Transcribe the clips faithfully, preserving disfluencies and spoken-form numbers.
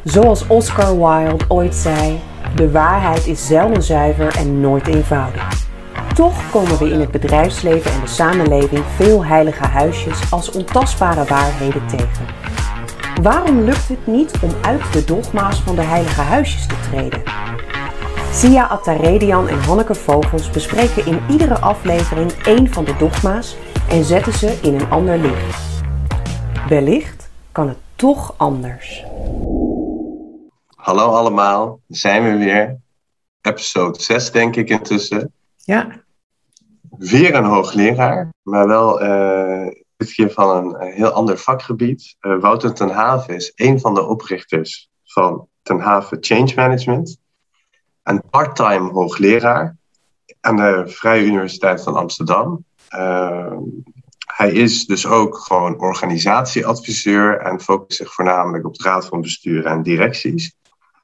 Zoals Oscar Wilde ooit zei, de waarheid is zelden zuiver en nooit eenvoudig. Toch komen we in het bedrijfsleven en de samenleving veel heilige huisjes als ontastbare waarheden tegen. Waarom lukt het niet om uit de dogma's van de heilige huisjes te treden? Sia Attaredian en Hanneke Vogels bespreken in iedere aflevering één van de dogma's en zetten ze in een ander licht. Wellicht kan het toch anders. Hallo allemaal, zijn we weer. Episode zes denk ik intussen. Ja. Weer een hoogleraar, maar wel uh, dit keer van een heel ander vakgebied. Uh, Wouter ten Have is een van de oprichters van Ten Have Change Management. Een part-time hoogleraar aan de Vrije Universiteit van Amsterdam. Uh, hij is dus ook gewoon organisatieadviseur en focust zich voornamelijk op de raad van bestuur en directies.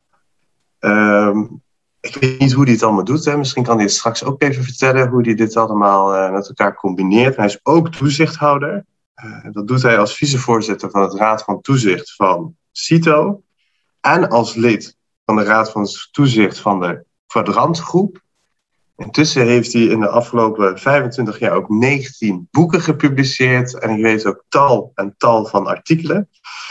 Um, ik weet niet hoe hij het allemaal doet. Hè. Misschien kan hij het straks ook even vertellen hoe hij dit allemaal uh, met elkaar combineert. Hij is ook toezichthouder. Uh, dat doet hij als vicevoorzitter van het Raad van Toezicht van CITO. En als lid van de Raad van Toezicht van de Kwadrantgroep. Intussen heeft hij in de afgelopen vijfentwintig jaar ook negentien boeken gepubliceerd. En ik weet ook tal en tal van artikelen.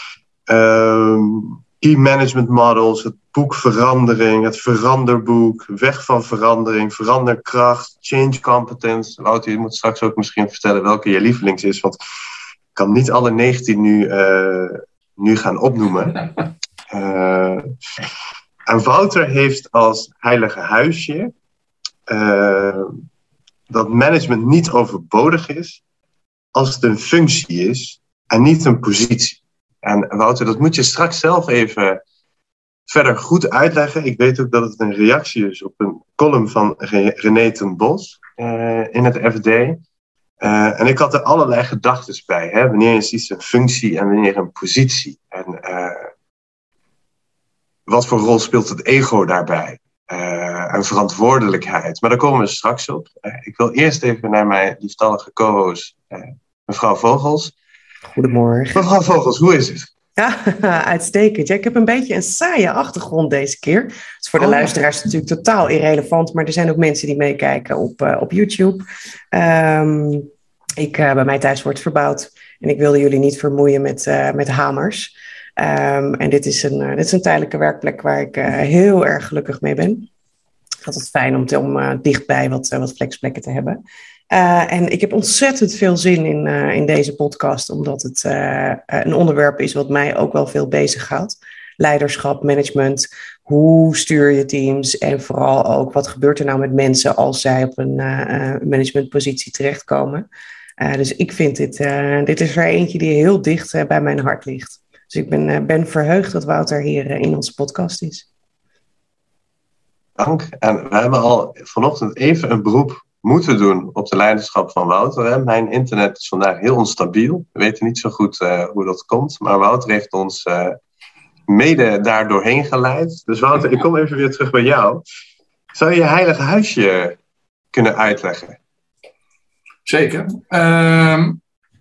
Um, Key Management Models, het boek Verandering, het Veranderboek, Weg van Verandering, Veranderkracht, Change Competence. Wouter, je moet straks ook misschien vertellen welke je lievelings is, want ik kan niet alle negentien nu, uh, nu gaan opnoemen. Uh, en Wouter heeft als heilige huisje uh, dat management niet overbodig is als het een functie is en niet een positie. En Wouter, dat moet je straks zelf even verder goed uitleggen. Ik weet ook dat het een reactie is op een column van René ten Bos uh, in het F D. Uh, en ik had er allerlei gedachten bij. Hè? Wanneer is iets een functie en wanneer een positie? En uh, wat voor rol speelt het ego daarbij? Uh, en verantwoordelijkheid. Maar daar komen we straks op. Uh, ik wil eerst even naar mijn lieftallige co-host, uh, mevrouw Vogels. Goedemorgen. Mevrouw Vogels, hoe is het? Ja, uitstekend. Ja, ik heb een beetje een saaie achtergrond deze keer. Dat is voor de oh. luisteraars natuurlijk totaal irrelevant, maar er zijn ook mensen die meekijken op, uh, op YouTube. Um, ik, uh, bij mij thuis wordt verbouwd en ik wilde jullie niet vermoeien met, uh, met hamers. Um, en dit is, een, uh, dit is een tijdelijke werkplek waar ik uh, heel erg gelukkig mee ben. Altijd fijn om, te, om uh, dichtbij wat, uh, wat flexplekken te hebben. Uh, en ik heb ontzettend veel zin in, uh, in deze podcast, omdat het uh, een onderwerp is wat mij ook wel veel bezighoudt. Leiderschap, management, hoe stuur je teams en vooral ook wat gebeurt er nou met mensen als zij op een uh, managementpositie terechtkomen. Uh, dus ik vind dit, uh, dit is er eentje die heel dicht uh, bij mijn hart ligt. Dus ik ben, uh, ben verheugd dat Wouter hier uh, in onze podcast is. Dank. En we hebben al vanochtend even een beroep moeten doen op de leiderschap van Wouter. Hè. Mijn internet is vandaag heel onstabiel. We weten niet zo goed uh, hoe dat komt. Maar Wouter heeft ons uh, mede daar doorheen geleid. Dus Wouter, ik kom even weer terug bij jou. Zou je je heilige huisje kunnen uitleggen? Zeker. Uh,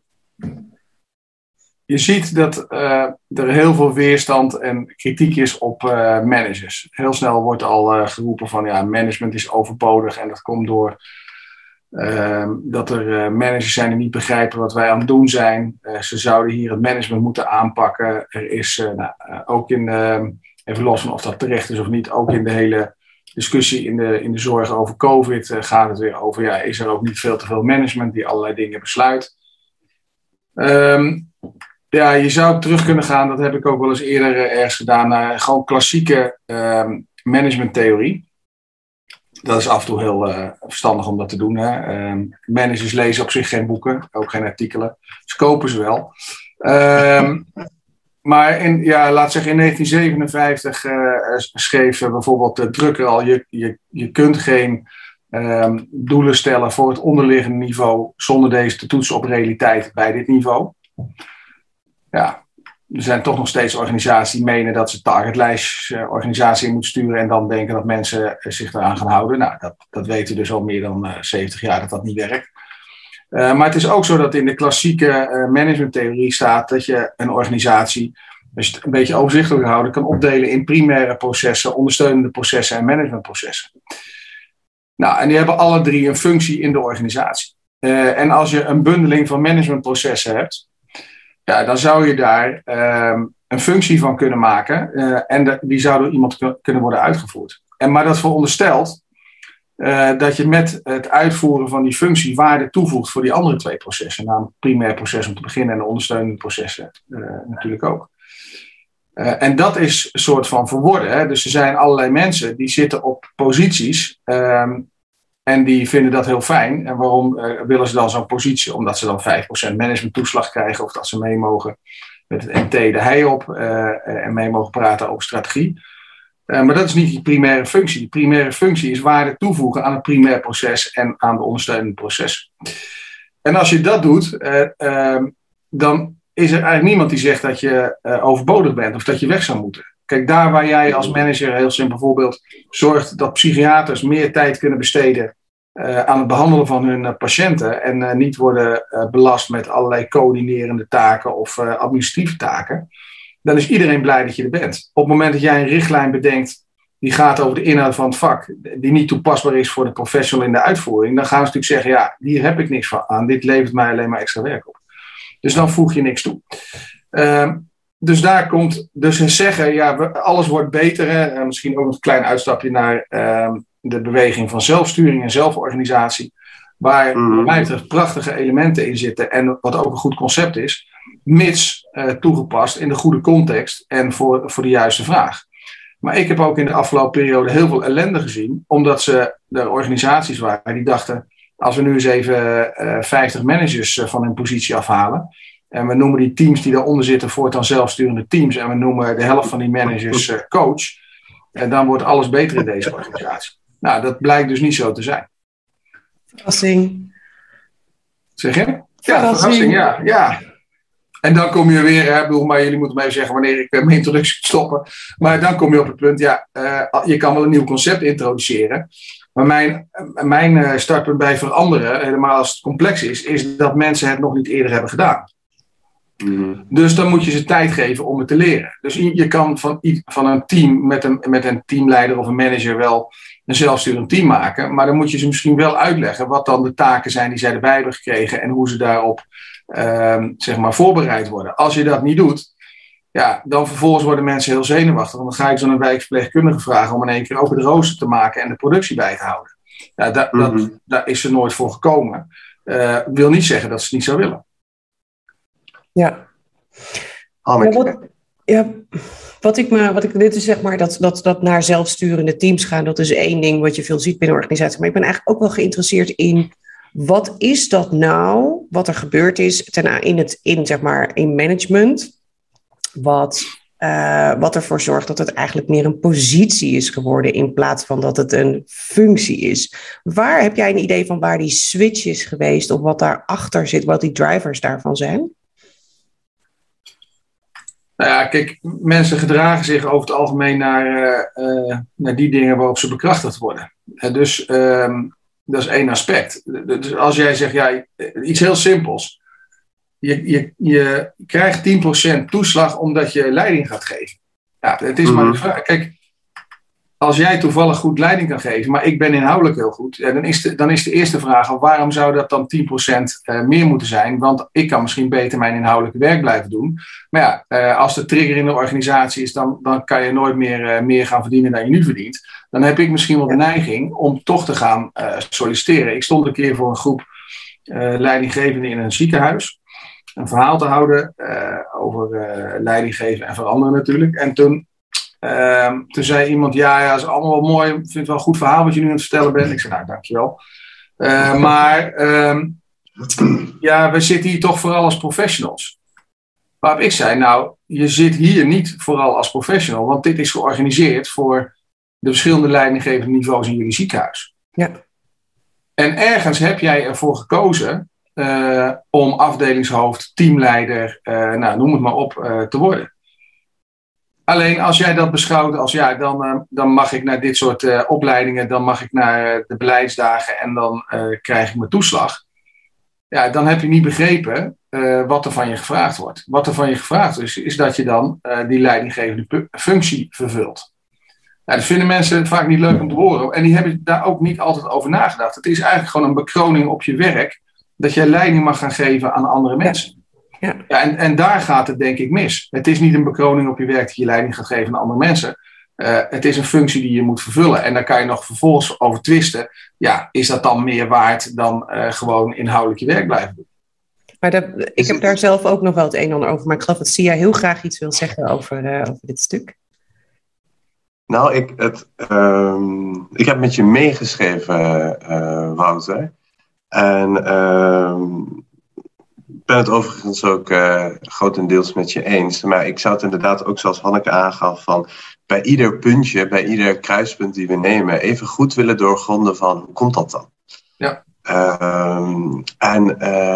je ziet dat uh, er heel veel weerstand en kritiek is op uh, managers. Heel snel wordt al uh, geroepen van ja, management is overbodig en dat komt door Uh, dat er uh, managers zijn die niet begrijpen wat wij aan het doen zijn. Uh, ze zouden hier het management moeten aanpakken. Er is uh, nou, uh, ook in, uh, even los van of dat terecht is of niet, ook in de hele discussie in de, in de zorg over COVID uh, gaat het weer over, ja, is er ook niet veel te veel management die allerlei dingen besluit. Um, ja, je zou terug kunnen gaan, dat heb ik ook wel eens eerder uh, ergens gedaan, naar gewoon klassieke uh, managementtheorie. Dat is af en toe heel uh, verstandig om dat te doen. Hè. Um, managers lezen op zich geen boeken, ook geen artikelen. Ze kopen ze wel. Um, maar in, ja, laat zeggen, in negentien zevenenvijftig uh, schreef uh, bijvoorbeeld de drukker al, je, je, je kunt geen um, doelen stellen voor het onderliggende niveau zonder deze te toetsen op realiteit bij dit niveau. Ja. Er zijn toch nog steeds organisaties die menen dat ze targetlijst uh, organisatie in moeten sturen en dan denken dat mensen uh, zich eraan gaan houden. Nou, dat, dat weten we dus al meer dan uh, zeventig jaar dat dat niet werkt. Uh, maar het is ook zo dat in de klassieke uh, managementtheorie staat dat je een organisatie als je het een beetje overzichtelijk houden, kan opdelen in primaire processen, ondersteunende processen en managementprocessen. Nou, en die hebben alle drie een functie in de organisatie. Uh, en als je een bundeling van managementprocessen hebt, ja, dan zou je daar uh, een functie van kunnen maken. Uh, en de, die zou door iemand k- kunnen worden uitgevoerd. En, maar dat veronderstelt uh, dat je met het uitvoeren van die functie waarde toevoegt voor die andere twee processen. Namelijk het primair proces om te beginnen en de ondersteunende processen uh, natuurlijk ook. Uh, en dat is een soort van verworden. Hè? Dus er zijn allerlei mensen die zitten op posities um, en die vinden dat heel fijn. En waarom uh, willen ze dan zo'n positie? Omdat ze dan vijf procent managementtoeslag krijgen of dat ze mee mogen met het M T de hei op uh, en mee mogen praten over strategie. Uh, maar dat is niet die primaire functie. Die primaire functie is waarde toevoegen aan het primair proces en aan de ondersteunende processen. En als je dat doet, uh, uh, dan is er eigenlijk niemand die zegt dat je uh, overbodig bent of dat je weg zou moeten. Kijk, daar waar jij als manager, heel simpel voorbeeld, zorgt dat psychiaters meer tijd kunnen besteden uh, aan het behandelen van hun uh, patiënten en uh, niet worden uh, belast met allerlei coördinerende taken of uh, administratieve taken, dan is iedereen blij dat je er bent. Op het moment dat jij een richtlijn bedenkt die gaat over de inhoud van het vak, die niet toepasbaar is voor de professional in de uitvoering, dan gaan ze natuurlijk zeggen, ja, hier heb ik niks van aan, dit levert mij alleen maar extra werk op. Dus dan voeg je niks toe. Uh, dus daar komt, dus ze zeggen, ja, we, alles wordt beter. Hè? Uh, misschien ook een klein uitstapje naar uh, de beweging van zelfsturing en zelforganisatie. Waar mm. mij betreft prachtige elementen in zitten. En wat ook een goed concept is, mits uh, toegepast in de goede context en voor, voor de juiste vraag. Maar ik heb ook in de afgelopen periode heel veel ellende gezien, omdat ze de organisaties waren die dachten, als we nu eens even uh, vijftig managers uh, van hun positie afhalen. En we noemen die teams die daaronder zitten voortaan zelfsturende teams. En we noemen de helft van die managers uh, coach. En dan wordt alles beter in deze organisatie. Nou, dat blijkt dus niet zo te zijn. Verrassing. Zeg je? Ja, Verrassing, verrassing ja, ja. En dan kom je weer, hè, bedoel, maar jullie moeten me even zeggen wanneer ik uh, mijn introductie moet stoppen. Maar dan kom je op het punt, ja, uh, je kan wel een nieuw concept introduceren. Maar mijn, mijn startpunt bij veranderen, helemaal als het complex is, is dat mensen het nog niet eerder hebben gedaan. Mm. Dus dan moet je ze tijd geven om het te leren. Dus je kan van, van een team met een, met een teamleider of een manager wel een zelfsturend team maken. Maar dan moet je ze misschien wel uitleggen wat dan de taken zijn die zij erbij hebben gekregen en hoe ze daarop uh, zeg maar voorbereid worden. Als je dat niet doet, ja, dan vervolgens worden mensen heel zenuwachtig. Dan ga ik zo'n wijkverpleegkundige vragen om in één keer ook de rooster te maken en de productie bij te houden. Ja, da, mm-hmm. dat, daar is ze nooit voor gekomen. Uh, wil niet zeggen dat ze het niet zou willen. Ja. Oh, ja, wat, ja, wat ik me, wat ik dit is zeg maar dat, dat, dat naar zelfsturende teams gaan, dat is één ding wat je veel ziet binnen organisaties. Maar ik ben eigenlijk ook wel geïnteresseerd in wat is dat nou, wat er gebeurd is ten, in het in zeg maar in management. Wat, uh, wat ervoor zorgt dat het eigenlijk meer een positie is geworden in plaats van dat het een functie is. Waar heb jij een idee van waar die switch is geweest of wat daarachter zit, wat die drivers daarvan zijn? Nou ja, kijk, mensen gedragen zich over het algemeen naar, uh, uh, naar die dingen waarop ze bekrachtigd worden. Uh, dus um, dat is één aspect. Dus als jij zegt, ja, iets heel simpels. Je, je, je krijgt tien procent toeslag omdat je leiding gaat geven. Ja, het is mm-hmm. maar de vraag. Kijk, als jij toevallig goed leiding kan geven, maar ik ben inhoudelijk heel goed, ja, dan, is de, dan is de eerste vraag, waarom zou dat dan tien procent uh, meer moeten zijn? Want ik kan misschien beter mijn inhoudelijke werk blijven doen. Maar ja, uh, als de trigger in de organisatie is, dan, dan kan je nooit meer, uh, meer gaan verdienen dan je nu verdient. Dan heb ik misschien wel de neiging om toch te gaan uh, solliciteren. Ik stond een keer voor een groep uh, leidinggevenden in een ziekenhuis. Een verhaal te houden uh, over uh, leidinggeven en veranderen natuurlijk. En toen, uh, toen zei iemand, ja, ja, dat is allemaal wel mooi. Ik vind het wel een goed verhaal wat je nu aan het vertellen bent. Ik zei, nou, dankjewel. Uh, maar uh, ja, we zitten hier toch vooral als professionals. Waarop ik zei, nou, je zit hier niet vooral als professional. Want dit is georganiseerd voor de verschillende leidinggevende niveaus in jullie ziekenhuis. Ja. En ergens heb jij ervoor gekozen Uh, om afdelingshoofd, teamleider, uh, nou, noem het maar op, uh, te worden. Alleen als jij dat beschouwt als ja, dan, uh, dan mag ik naar dit soort uh, opleidingen, dan mag ik naar uh, de beleidsdagen en dan uh, krijg ik mijn toeslag. ja, dan heb je niet begrepen uh, wat er van je gevraagd wordt. Wat er van je gevraagd is, is dat je dan uh, die leidinggevende pu- functie vervult. Ja, dat vinden mensen vaak niet leuk om te horen. En die hebben daar ook niet altijd over nagedacht. Het is eigenlijk gewoon een bekroning op je werk, dat jij leiding mag gaan geven aan andere mensen. Ja. Ja, en, en daar gaat het denk ik mis. Het is niet een bekroning op je werk dat je leiding gaat geven aan andere mensen. Uh, het is een functie die je moet vervullen. En daar kan je nog vervolgens over twisten. Ja, is dat dan meer waard dan uh, gewoon inhoudelijk je werk blijven doen? Maar dat, ik heb daar zelf ook nog wel het een en ander over. Maar ik geloof dat Sia heel graag iets wil zeggen over, uh, over dit stuk. Nou, ik, het, um, ik heb met je meegeschreven, uh, Wouter. En um, ik ben het overigens ook uh, grotendeels met je eens. Maar ik zou het inderdaad ook zoals Hanneke aangaf van bij ieder puntje, bij ieder kruispunt die we nemen, even goed willen doorgronden van hoe komt dat dan? Ja. Um, en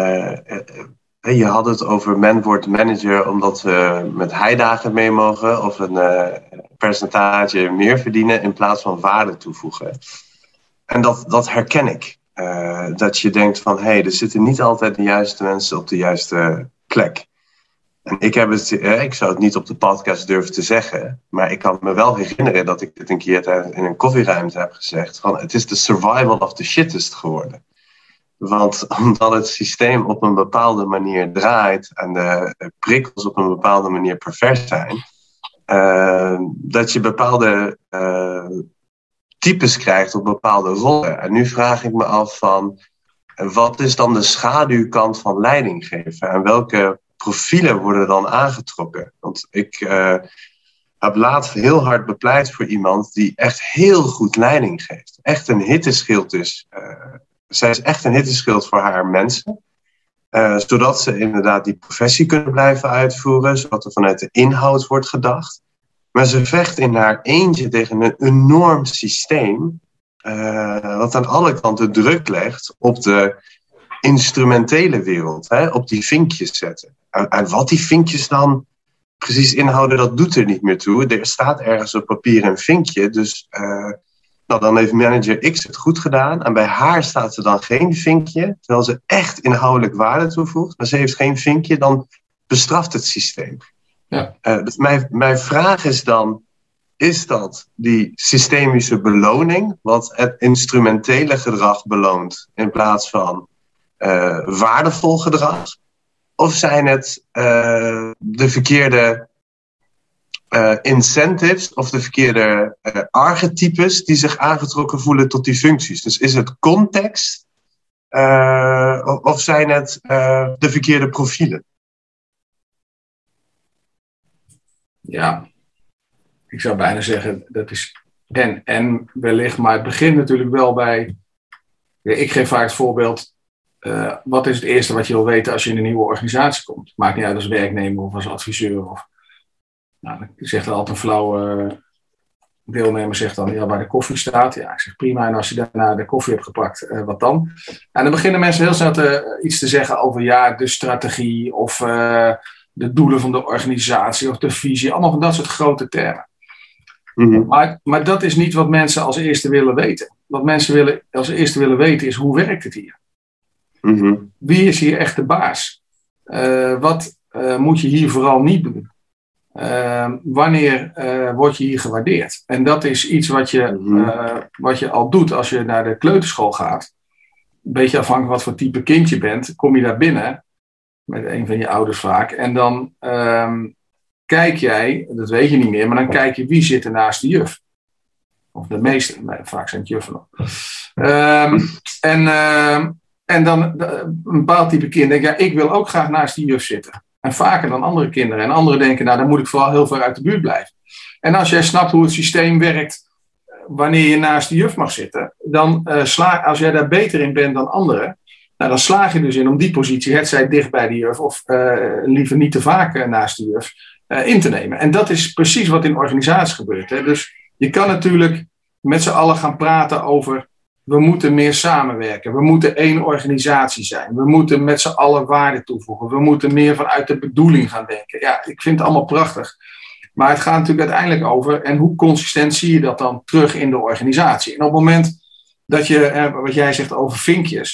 uh, je had het over men wordt manager omdat we met heidagen mee mogen of een uh, percentage meer verdienen in plaats van waarde toevoegen. En dat, dat herken ik. Uh, dat je denkt van, hé, hey, er zitten niet altijd de juiste mensen op de juiste plek. En ik, heb het, uh, ik zou het niet op de podcast durven te zeggen, maar ik kan me wel herinneren dat ik dit een keer in een koffieruimte heb gezegd, van het is de survival of the shittest geworden. Want omdat het systeem op een bepaalde manier draait en de prikkels op een bepaalde manier pervers zijn, uh, dat je bepaalde uh, types krijgt op bepaalde rollen. En nu vraag ik me af van, wat is dan de schaduwkant van leiding geven? En welke profielen worden dan aangetrokken? Want ik uh, heb laatst heel hard bepleit voor iemand die echt heel goed leiding geeft. Echt een hitteschild is. Uh, zij is echt een hitteschild voor haar mensen. Uh, zodat ze inderdaad die professie kunnen blijven uitvoeren. Zodat er vanuit de inhoud wordt gedacht. Maar ze vecht in haar eentje tegen een enorm systeem. Uh, wat aan alle kanten druk legt op de instrumentele wereld. Hè, op die vinkjes zetten. En, en wat die vinkjes dan precies inhouden, dat doet er niet meer toe. Er staat ergens op papier een vinkje. Dus uh, nou, dan heeft manager X het goed gedaan. En bij haar staat er dan geen vinkje. Terwijl ze echt inhoudelijk waarde toevoegt. Maar ze heeft geen vinkje. Dan bestraft het systeem. Ja. Uh, dus mijn, mijn vraag is dan, is dat die systemische beloning, wat het instrumentele gedrag beloont in plaats van uh, waardevol gedrag? Of zijn het uh, de verkeerde uh, incentives of de verkeerde uh, archetypes die zich aangetrokken voelen tot die functies? Dus is het context uh, of zijn het uh, de verkeerde profielen? Ja, ik zou bijna zeggen, dat is en, en wellicht, maar het begint natuurlijk wel bij, ik geef vaak het voorbeeld, uh, wat is het eerste wat je wil weten als je in een nieuwe organisatie komt? Maakt niet uit als werknemer of als adviseur. Of, nou, dan zegt er altijd een flauwe uh, deelnemer, zegt dan, ja, waar de koffie staat. Ja, ik zeg prima, en als je daarna de koffie hebt gepakt, uh, wat dan? En dan beginnen mensen heel snel te, uh, iets te zeggen over, ja, de strategie of Uh, de doelen van de organisatie of de visie. Allemaal van dat soort grote termen. Mm-hmm. Maar, maar dat is niet wat mensen als eerste willen weten. Wat mensen willen, als eerste willen weten is, hoe werkt het hier? Mm-hmm. Wie is hier echt de baas? Uh, wat uh, moet je hier vooral niet doen? Uh, wanneer uh, word je hier gewaardeerd? En dat is iets wat je, mm-hmm. uh, wat je al doet als je naar de kleuterschool gaat. Een beetje afhankelijk wat voor type kind je bent. Kom je daar binnen met een van je ouders vaak. En dan um, kijk jij, dat weet je niet meer, maar dan kijk je wie zit er naast de juf. Of de meeste, nee, vaak zijn het juffen nog. Um, en, uh, en dan de, een bepaald type kind denkt, ja, ik wil ook graag naast die juf zitten. En vaker dan andere kinderen. En anderen denken, nou, dan moet ik vooral heel ver uit de buurt blijven. En als jij snapt hoe het systeem werkt, wanneer je naast de juf mag zitten, dan uh, sla, als jij daar beter in bent dan anderen, nou, dan slaag je dus in om die positie, hetzij dicht bij de juf of uh, liever niet te vaak uh, naast de juf, uh, in te nemen. En dat is precies wat in organisaties gebeurt. Hè. Dus je kan natuurlijk met z'n allen gaan praten over, we moeten meer samenwerken. We moeten één organisatie zijn. We moeten met z'n allen waarde toevoegen. We moeten meer vanuit de bedoeling gaan denken. Ja, ik vind het allemaal prachtig. Maar het gaat natuurlijk uiteindelijk over, en hoe consistent zie je dat dan terug in de organisatie? En op het moment dat je, wat jij zegt over vinkjes,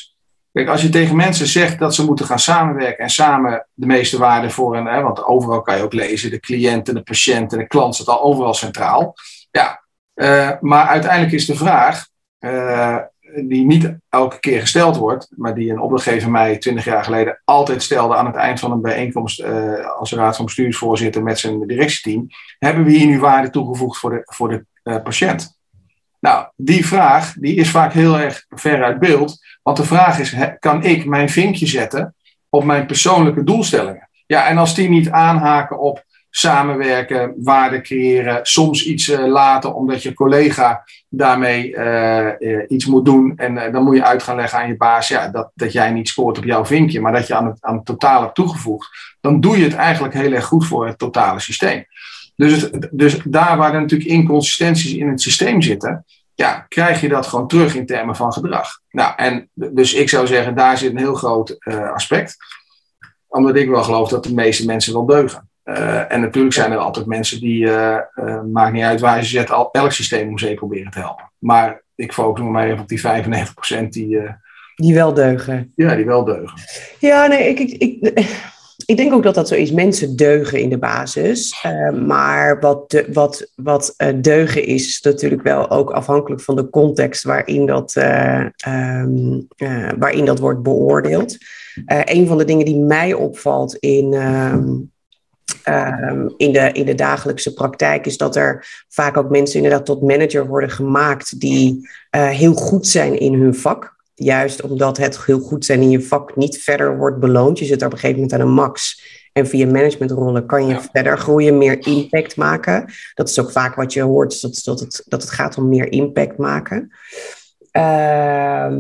Kijk, als je tegen mensen zegt dat ze moeten gaan samenwerken en samen de meeste waarde voor een, hè, want overal kan je ook lezen, de cliënten, de patiënten, de klant zit al overal centraal. Ja, uh, maar uiteindelijk is de vraag, uh, die niet elke keer gesteld wordt, maar die een opdrachtgever mij twintig jaar geleden altijd stelde aan het eind van een bijeenkomst uh, als raad van bestuursvoorzitter met zijn directieteam, hebben we hier nu waarde toegevoegd voor de, voor de uh, patiënt? Nou, die vraag die is vaak heel erg ver uit beeld. Want de vraag is, kan ik mijn vinkje zetten op mijn persoonlijke doelstellingen? Ja, en als die niet aanhaken op samenwerken, waarde creëren, soms iets uh, laten omdat je collega daarmee uh, uh, iets moet doen. En uh, dan moet je uit gaan leggen aan je baas ja, dat, dat jij niet scoort op jouw vinkje, maar dat je aan het, aan het totaal hebt toegevoegd. Dan doe je het eigenlijk heel erg goed voor het totale systeem. Dus, het, dus daar waar er natuurlijk inconsistenties in het systeem zitten, ja, krijg je dat gewoon terug in termen van gedrag. Nou, en dus ik zou zeggen, daar zit een heel groot uh, aspect. Omdat ik wel geloof dat de meeste mensen wel deugen. Uh, en natuurlijk zijn er altijd mensen die, uh, uh, maakt niet uit waar je zet, al, elk systeem om zeep proberen te helpen. Maar ik focus me maar even op die vijfennegentig procent die... Uh, die wel deugen. Ja, die wel deugen. Ja, nee, ik... ik, ik... Ik denk ook dat dat zo is. Mensen deugen in de basis. Uh, maar wat, de, wat, wat uh, deugen is, is natuurlijk wel ook afhankelijk van de context waarin dat, uh, um, uh, waarin dat wordt beoordeeld. Uh, een van de dingen die mij opvalt in, um, um, in, de, in de dagelijkse praktijk is dat er vaak ook mensen inderdaad tot manager worden gemaakt die uh, heel goed zijn in hun vak. Juist omdat het heel goed zijn in je vak niet verder wordt beloond. Je zit er op een gegeven moment aan een max. En via managementrollen kan je ja. verder groeien, meer impact maken. Dat is ook vaak wat je hoort, dat, dat, het, dat het gaat om meer impact maken. Uh,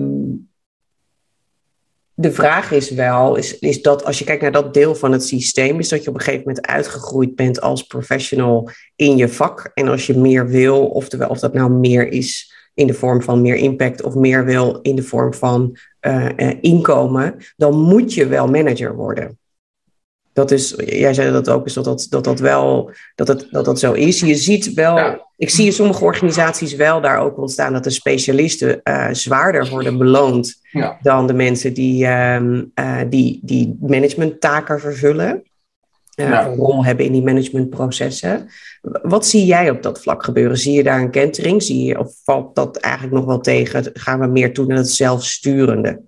de vraag is wel, is, is dat als je kijkt naar dat deel van het systeem, is dat je op een gegeven moment uitgegroeid bent als professional in je vak. En als je meer wil, oftewel of dat nou meer is in de vorm van meer impact of meer wil in de vorm van uh, uh, inkomen, dan moet je wel manager worden. Dat is, jij zei dat ook, is dat dat, dat, dat wel dat het, dat dat zo is. Je ziet wel, ja. Ik zie in sommige organisaties wel daar ook ontstaan dat de specialisten uh, zwaarder worden beloond ja. dan de mensen die, um, uh, die, die managementtaken vervullen. Uh, ja. Een rol hebben in die managementprocessen. Wat zie jij op dat vlak gebeuren? Zie je daar een kentering? Zie je, of valt dat eigenlijk nog wel tegen? Gaan we meer toe naar het zelfsturende?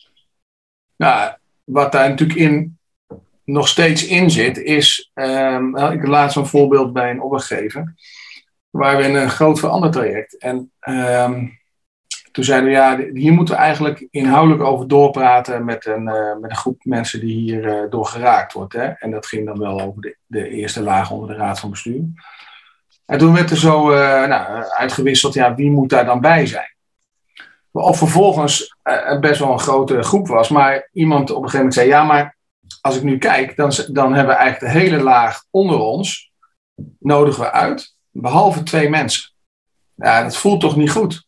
Nou, wat daar natuurlijk in, nog steeds in zit, is... Um, ik laat zo'n voorbeeld bij een opdrachtgever. Waar we in een groot verandertraject. En um, toen zeiden we, ja, hier moeten we eigenlijk inhoudelijk over doorpraten met een, uh, met een groep mensen die hier uh, door geraakt wordt. Hè? En dat ging dan wel over de, de eerste laag onder de raad van bestuur. En toen werd er zo uh, nou, uitgewisseld, ja, wie moet daar dan bij zijn? Of vervolgens uh, best wel een grote groep was, maar iemand op een gegeven moment zei, ja, maar als ik nu kijk, dan, dan hebben we eigenlijk de hele laag onder ons, nodigen we uit, behalve twee mensen. Ja, dat voelt toch niet goed?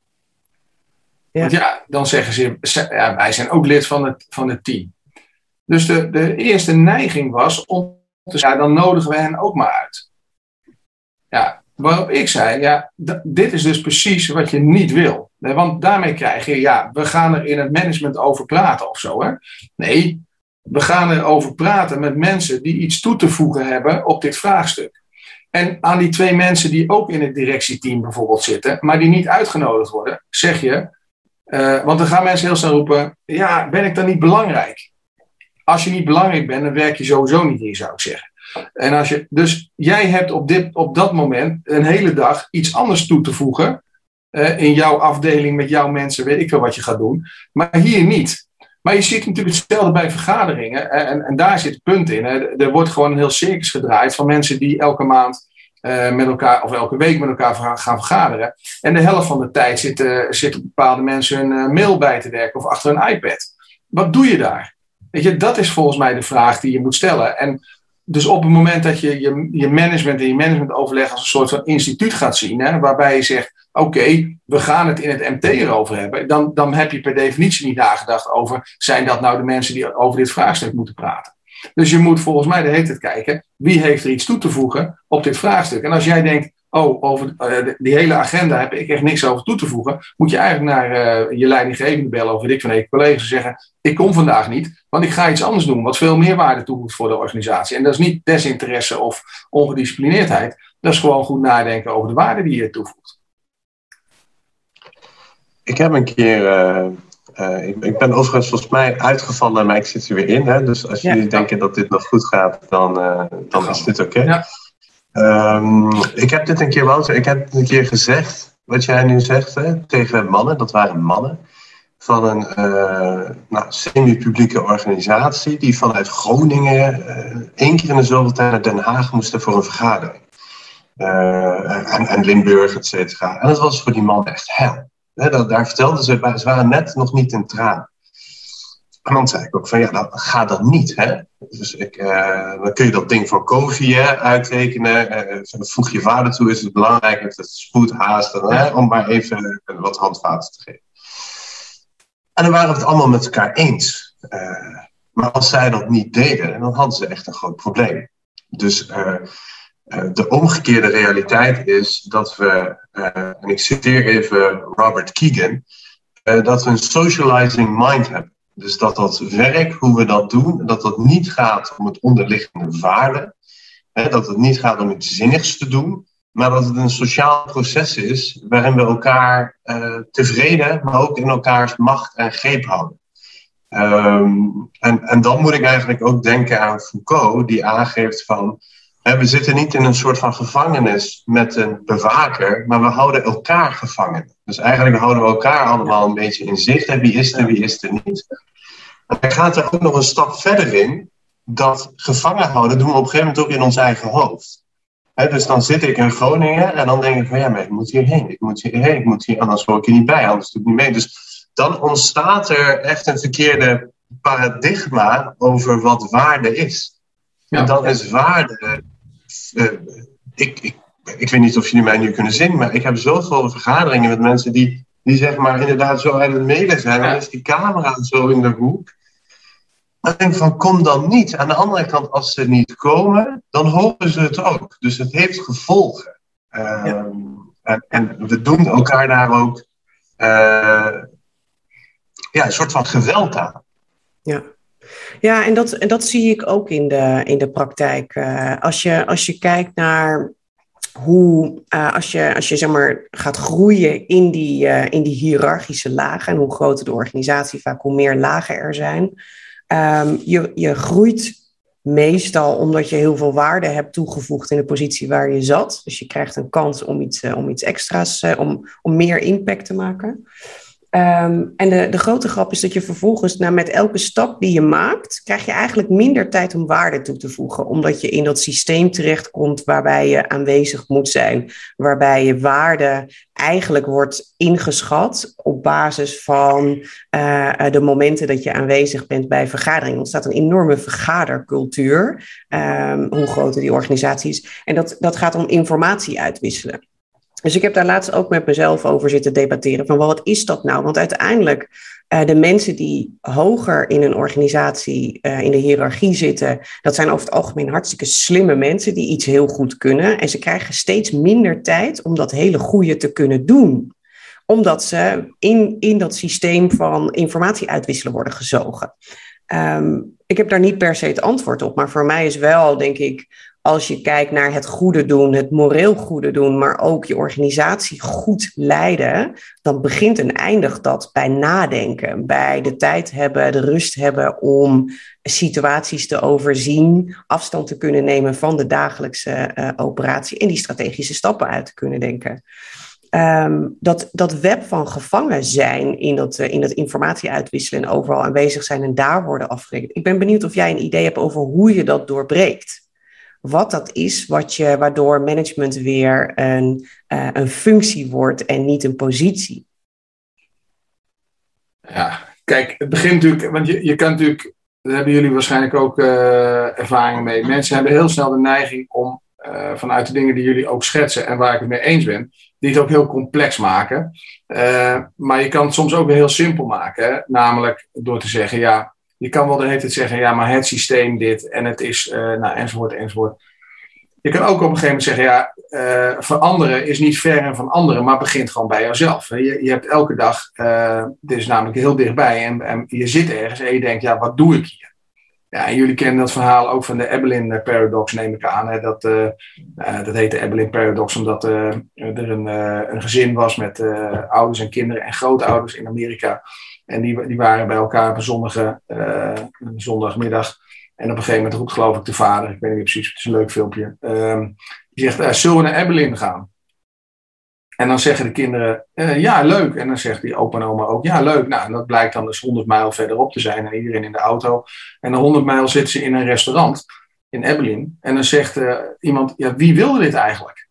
Ja. Want ja, dan zeggen ze, ja, wij zijn ook lid van het, van het team. Dus de, de eerste neiging was om te zeggen, ja, dan nodigen we hen ook maar uit. Ja, waarop ik zei, ja, d- dit is dus precies wat je niet wil. Want daarmee krijg je, ja, we gaan er in het management over praten of zo. Hè? Nee, we gaan erover praten met mensen die iets toe te voegen hebben op dit vraagstuk. En aan die twee mensen die ook in het directieteam bijvoorbeeld zitten, maar die niet uitgenodigd worden, zeg je... Uh, want dan gaan mensen heel snel roepen, ja, ben ik dan niet belangrijk? Als je niet belangrijk bent, dan werk je sowieso niet hier, zou ik zeggen. En als je, dus jij hebt op, dit, op dat moment een hele dag iets anders toe te voegen. Uh, in jouw afdeling met jouw mensen, weet ik wel wat je gaat doen. Maar hier niet. Maar je ziet natuurlijk hetzelfde bij vergaderingen. En, en daar zit het punt in. Hè. Er wordt gewoon een heel circus gedraaid van mensen die elke maand... Uh, met elkaar, of elke week met elkaar gaan vergaderen. En de helft van de tijd zitten, zitten bepaalde mensen hun uh, mail bij te werken of achter een iPad. Wat doe je daar? Weet je, dat is volgens mij de vraag die je moet stellen. En dus op het moment dat je je, je management en je managementoverleg als een soort van instituut gaat zien, hè, waarbij je zegt, oké, okay, we gaan het in het M T erover hebben, dan, dan heb je per definitie niet nagedacht over, zijn dat nou de mensen die over dit vraagstuk moeten praten? Dus je moet volgens mij de hele tijd kijken, wie heeft er iets toe te voegen op dit vraagstuk. En als jij denkt, oh, over uh, die hele agenda heb ik echt niks over toe te voegen, moet je eigenlijk naar uh, je leidinggevende bellen of weet ik van een collega's en zeggen, ik kom vandaag niet, want ik ga iets anders doen, wat veel meer waarde toevoegt voor de organisatie. En dat is niet desinteresse of ongedisciplineerdheid, dat is gewoon goed nadenken over de waarde die je toevoegt. Ik heb een keer, uh, uh, ik, ik ben overigens volgens mij uitgevallen, maar ik zit er weer in. Hè? Dus als jullie ja. denken dat dit nog goed gaat, dan, uh, dan is dit oké. Okay. Ja. Um, ik heb dit een keer, Wouter, ik heb dit een keer gezegd, wat jij nu zegt, hè, tegen mannen, dat waren mannen, van een uh, nou, semi-publieke organisatie die vanuit Groningen uh, één keer in de zoveel tijd naar Den Haag moesten voor een vergadering. Uh, en, en Limburg, et cetera. En dat was voor die mannen echt hel. He, dat, daar vertelden ze, ze waren net nog niet in traan. En dan zei ik ook van, ja, dan ga dat niet. Hè? Dus ik, uh, dan kun je dat ding van Covey uittekenen. Uh, voeg je vader toe, is het belangrijk, heeft het spoed, haast, en, hè, om maar even uh, wat handvaten te geven. En dan waren we het allemaal met elkaar eens. Uh, maar als zij dat niet deden, dan hadden ze echt een groot probleem. Dus uh, uh, de omgekeerde realiteit is dat we, uh, en ik citeer even Robert Keegan, uh, dat we een socializing mind hebben. Dus dat dat werk, hoe we dat doen, dat dat niet gaat om het onderliggende waarde. Hè, dat het niet gaat om iets zinnigs te doen. Maar dat het een sociaal proces is waarin we elkaar uh, tevreden, maar ook in elkaars macht en greep houden. Um, en, en dan moet ik eigenlijk ook denken aan Foucault, die aangeeft van, hè, we zitten niet in een soort van gevangenis met een bewaker, maar we houden elkaar gevangen. Dus eigenlijk houden we elkaar allemaal een beetje in zicht. Hè, wie is er, wie is er niet. En hij gaat er ook nog een stap verder in, dat gevangen houden doen we op een gegeven moment ook in ons eigen hoofd. He, dus dan zit ik in Groningen en dan denk ik van ja, maar ik moet hierheen, ik moet hierheen, ik moet hier, anders hoor ik er niet bij, anders doe ik niet mee. Dus dan ontstaat er echt een verkeerde paradigma over wat waarde is. Ja. En dan is waarde, uh, ik, ik, ik weet niet of jullie mij nu kunnen zien, maar ik heb zoveel vergaderingen met mensen die, die zeg maar inderdaad zo aan het mailen zijn, ja. Dan is die camera zo in de hoek. Ik denk van, kom dan niet. Aan de andere kant, als ze niet komen, dan hopen ze het ook. Dus het heeft gevolgen. Uh, ja. en, en we doen elkaar daar ook uh, ja, een soort van geweld aan. Ja, ja en, dat, en dat zie ik ook in de, in de praktijk. Uh, als, je, als je kijkt naar hoe, uh, als je, als je zeg maar, gaat groeien in die, uh, in die hiërarchische lagen, en hoe groter de organisatie, vaak hoe meer lagen er zijn. Um, je, je groeit meestal omdat je heel veel waarde hebt toegevoegd in de positie waar je zat. Dus je krijgt een kans om iets, uh, om iets extra's, uh, om, om meer impact te maken. Um, en de, de grote grap is dat je vervolgens, nou, met elke stap die je maakt, krijg je eigenlijk minder tijd om waarde toe te voegen. Omdat je in dat systeem terechtkomt waarbij je aanwezig moet zijn. Waarbij je waarde eigenlijk wordt ingeschat op basis van uh, de momenten dat je aanwezig bent bij vergaderingen. Er ontstaat een enorme vergadercultuur, um, hoe groter die organisatie is. En dat, dat gaat om informatie uitwisselen. Dus ik heb daar laatst ook met mezelf over zitten debatteren van, well, wat is dat nou? Want uiteindelijk, uh, de mensen die hoger in een organisatie, uh, in de hiërarchie zitten, dat zijn over het algemeen hartstikke slimme mensen die iets heel goed kunnen. En ze krijgen steeds minder tijd om dat hele goede te kunnen doen. Omdat ze in, in dat systeem van informatie uitwisselen worden gezogen. Um, ik heb daar niet per se het antwoord op, maar voor mij is wel, denk ik, als je kijkt naar het goede doen, het moreel goede doen, maar ook je organisatie goed leiden, dan begint en eindigt dat bij nadenken, bij de tijd hebben, de rust hebben om situaties te overzien, afstand te kunnen nemen van de dagelijkse uh, operatie en die strategische stappen uit te kunnen denken. Um, dat, dat web van gevangen zijn in dat, uh, in dat informatie uitwisselen en overal aanwezig zijn en daar worden afgerekend. Ik ben benieuwd of jij een idee hebt over hoe je dat doorbreekt. Wat dat is, wat je, waardoor management weer een, uh, een functie wordt en niet een positie. Ja, kijk, het begint natuurlijk, want je, je kan natuurlijk, daar hebben jullie waarschijnlijk ook uh, ervaringen mee. Mensen hebben heel snel de neiging om uh, vanuit de dingen die jullie ook schetsen en waar ik het mee eens ben, die het ook heel complex maken. Uh, maar je kan het soms ook weer heel simpel maken, hè? Namelijk door te zeggen, ja, je kan wel de hele tijd zeggen, ja, maar het systeem dit en het is, uh, nou, enzovoort, enzovoort. je kan ook op een gegeven moment zeggen, ja, uh, veranderen is niet ver van anderen, maar begint gewoon bij jouzelf. Je, je hebt elke dag, uh, dit is namelijk heel dichtbij, en, en je zit ergens en je denkt, ja, wat doe ik hier? Ja, en jullie kennen dat verhaal ook van de Abilene Paradox, neem ik aan. Hè? Dat, uh, uh, dat heet de Abilene Paradox, omdat uh, er een, uh, een gezin was met uh, ouders en kinderen en grootouders in Amerika. En die, die waren bij elkaar op een zonnige uh, een zondagmiddag. En op een gegeven moment roept, geloof ik, de vader, ik weet niet precies, het is een leuk filmpje. Uh, die zegt, uh, zullen we naar Abilene gaan? En dan zeggen de kinderen, uh, ja, leuk. En dan zegt die opa en oma ook, ja, leuk. Nou, en dat blijkt dan dus honderd mijl verderop te zijn en iedereen in de auto. En na honderd mijl zitten ze in een restaurant in Abilene. En dan zegt uh, iemand, ja, wie wilde dit eigenlijk?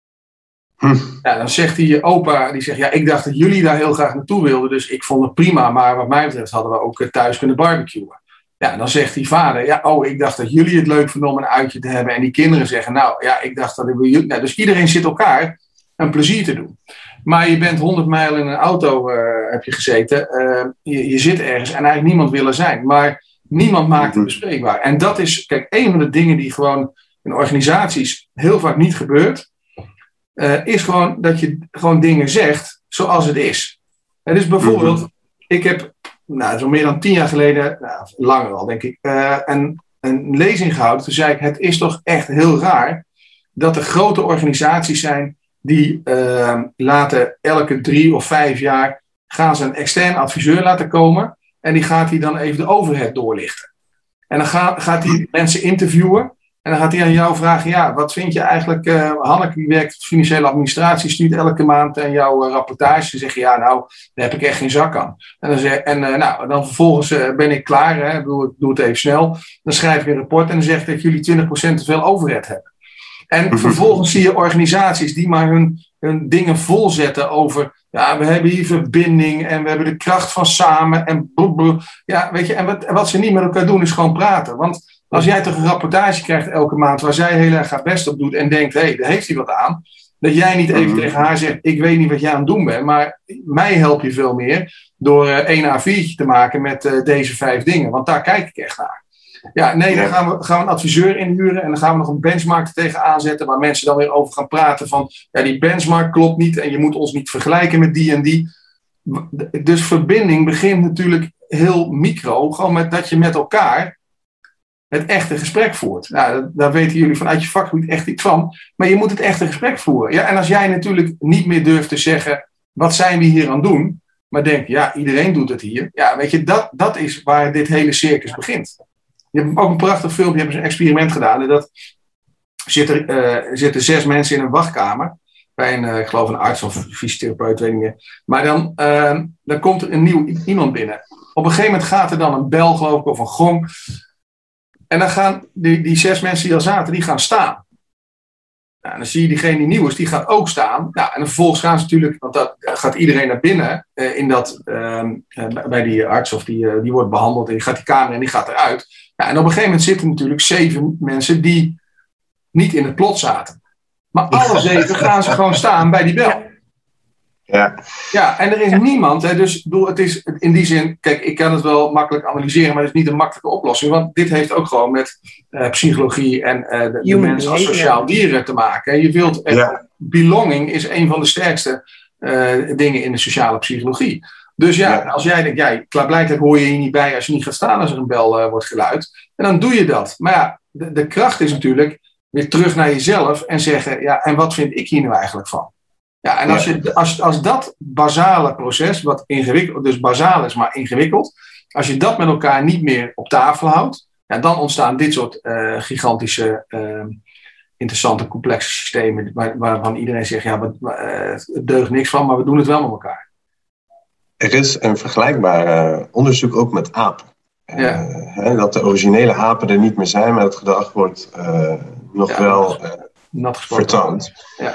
Hm. Ja, dan zegt die opa, die zegt, ja, ik dacht dat jullie daar heel graag naartoe wilden. Dus ik vond het prima, maar wat mij betreft hadden we ook thuis kunnen barbecuen. Ja, dan zegt die vader, ja, oh, ik dacht dat jullie het leuk vonden om een uitje te hebben. En die kinderen zeggen, nou, ja, ik dacht dat ik wil jullie... Nou, dus iedereen zit elkaar een plezier te doen. Maar je bent honderd mijl in een auto, uh, heb je gezeten. Uh, je, je zit ergens en eigenlijk niemand wil er zijn. Maar niemand maakt het bespreekbaar. En dat is, kijk, een van de dingen die gewoon in organisaties heel vaak niet gebeurt. Uh, is gewoon dat je gewoon dingen zegt zoals het is. En dus bijvoorbeeld, mm-hmm. ik heb, nou, zo meer dan tien jaar geleden, nou, langer al denk ik, uh, een, een lezing gehouden. Toen zei ik, het is toch echt heel raar dat er grote organisaties zijn die uh, laten elke drie of vijf jaar gaan ze een extern adviseur laten komen. En die gaat hij dan even de overhead doorlichten. En dan gaat, gaat hij mensen interviewen. En dan gaat hij aan jou vragen, ja, wat vind je eigenlijk? Uh, Hanneke, die werkt op de financiële administratie, stuurt elke maand aan jouw uh, rapportage. Dan zeg je, ja, nou, daar heb ik echt geen zak aan. En dan, zeg, en, uh, nou, dan vervolgens uh, ben ik klaar, hè, ik, bedoel, ik doe het even snel. Dan schrijf ik een rapport en dan zeg ik dat jullie twintig procent te veel overhead hebben. En vervolgens zie je organisaties die maar hun, hun dingen volzetten over, ja, we hebben hier verbinding en we hebben de kracht van samen en blablabla. Ja, weet je, en wat, wat ze niet met elkaar doen is gewoon praten. Want als jij toch een rapportage krijgt elke maand waar zij heel erg haar best op doet en denkt, hé, hey, daar heeft hij wat aan. Dat jij niet even mm-hmm. tegen haar zegt, ik weet niet wat jij aan het doen bent, maar mij help je veel meer door uh, één A viertje te maken met uh, deze vijf dingen. Want daar kijk ik echt naar. Ja, nee, dan gaan we, gaan we een adviseur inhuren en dan gaan we nog een benchmark er tegenaan zetten waar mensen dan weer over gaan praten van, ja, die benchmark klopt niet en je moet ons niet vergelijken met die en die. Dus verbinding begint natuurlijk heel micro, gewoon met dat je met elkaar het echte gesprek voert. Nou, daar weten jullie vanuit je vakgebied echt iets van, maar je moet het echte gesprek voeren. Ja, en als jij natuurlijk niet meer durft te zeggen, wat zijn we hier aan het doen, maar denkt, ja, iedereen doet het hier. Ja, weet je, dat, dat is waar dit hele circus begint. Je hebt ook een prachtig filmpje, je hebt een experiment gedaan. En dat zitten, uh, zitten zes mensen in een wachtkamer. Bij een, uh, ik geloof een arts of fysiotherapeut, weet ik niet meer. Maar dan, uh, dan komt er een nieuw iemand binnen. Op een gegeven moment gaat er dan een bel, geloof ik, of een gong. En dan gaan die, die zes mensen die al zaten, die gaan staan. Nou, en dan zie je diegene die nieuw is, die gaat ook staan. Nou, en dan vervolgens gaan ze natuurlijk, want dat gaat iedereen naar binnen. Uh, in dat, uh, bij die arts of die, uh, die wordt behandeld. En die gaat die kamer en die gaat eruit. Ja, en op een gegeven moment zitten natuurlijk zeven mensen die niet in het plot zaten. Maar alle zeven gaan ze gewoon staan bij die bel. Ja, ja en er is niemand. Hè, dus bedoel, het is in die zin, kijk, ik kan het wel makkelijk analyseren, maar het is niet een makkelijke oplossing. Want dit heeft ook gewoon met uh, psychologie en uh, de, de mensen als sociaal dieren te maken. Je wilt, uh, ja. Belonging is een van de sterkste uh, dingen in de sociale psychologie. Dus ja, ja, als jij denkt, ja, klaarblijkelijk hoor je hier niet bij als je niet gaat staan als er een bel uh, wordt geluid. En dan doe je dat. Maar ja, de, de kracht is natuurlijk weer terug naar jezelf en zeggen, ja, en wat vind ik hier nu eigenlijk van? Ja, en als, je, als, als dat basale proces, wat ingewikkeld, dus basaal is, maar ingewikkeld, als je dat met elkaar niet meer op tafel houdt, ja, dan ontstaan dit soort uh, gigantische, uh, interessante, complexe systemen, waar, waarvan iedereen zegt, ja, wat, uh, het deugt niks van, maar we doen het wel met elkaar. Er is een vergelijkbaar uh, onderzoek ook met apen. Ja. Uh, hè, dat de originele apen er niet meer zijn, maar het gedrag wordt uh, nog ja, wel uh, vertoond. Ja.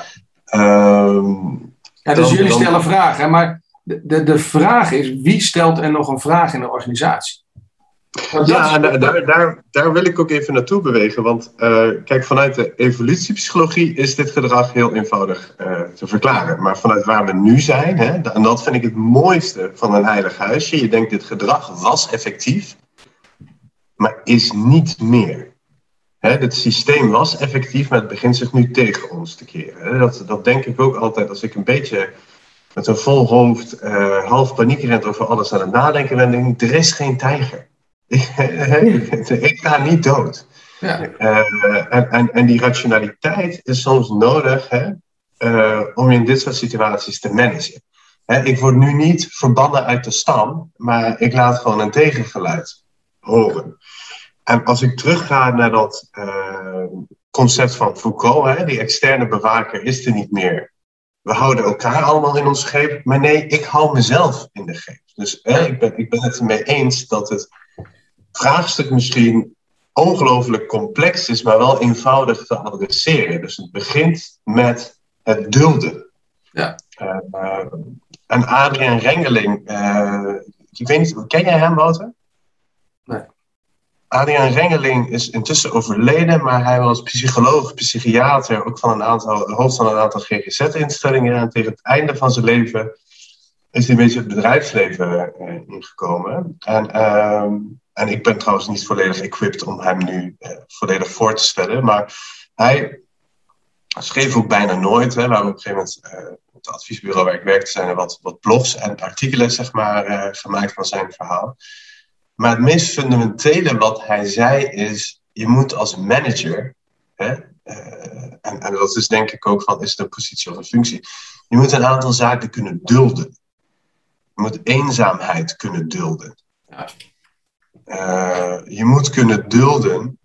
Um, ja, dus dan, jullie dan... stellen vragen, maar de, de, de vraag is, wie stelt er nog een vraag in de organisatie? Ja, is... daar, daar, daar wil ik ook even naartoe bewegen. Want uh, kijk, vanuit de evolutiepsychologie is dit gedrag heel eenvoudig uh, te verklaren. Maar vanuit waar we nu zijn, hè, en dat vind ik het mooiste van een heilig huisje. Je denkt, dit gedrag was effectief, maar is niet meer. Hè, het systeem was effectief, maar het begint zich nu tegen ons te keren. Hè. Dat, dat denk ik ook altijd als ik een beetje met een vol hoofd uh, half paniekrend over alles aan het nadenken ben. Denk ik, er is geen tijger. Ik ga niet dood. Ja. Uh, en, en, en die rationaliteit is soms nodig, hè, uh, om in dit soort situaties te managen. Hè, ik word nu niet verbannen uit de stam, maar ik laat gewoon een tegengeluid horen. En als ik terugga naar dat uh, concept van Foucault, hè, die externe bewaker is er niet meer. We houden elkaar allemaal in ons greep, maar nee, ik hou mezelf in de greep. Dus hè, ik, ben, ik ben het ermee eens dat het vraagstuk misschien ongelooflijk complex is, maar wel eenvoudig te adresseren. Dus het begint met het dulden. Ja. Uh, uh, en Adriaan Rengeling, uh, ik weet niet, ken jij hem, Wouter? Nee. Adriaan Rengeling is intussen overleden, maar hij was psycholoog, psychiater, ook van een aantal, hoofd van een aantal G G Z-instellingen. En tegen het einde van zijn leven is hij een beetje het bedrijfsleven uh, ingekomen. En, uh, en ik ben trouwens niet volledig equipped om hem nu uh, volledig voor te stellen, maar hij schreef ook bijna nooit. Hè, waar we op een gegeven moment, uh, op het adviesbureau waar ik werkte, zijn er wat, wat blogs en artikelen zeg maar, uh, gemaakt van zijn verhaal. Maar het meest fundamentele wat hij zei is, je moet als manager, hè, uh, en, en dat is denk ik ook van, is het een positie of een functie, je moet een aantal zaken kunnen dulden. Je moet eenzaamheid kunnen dulden. Ja. Uh, je moet kunnen dulden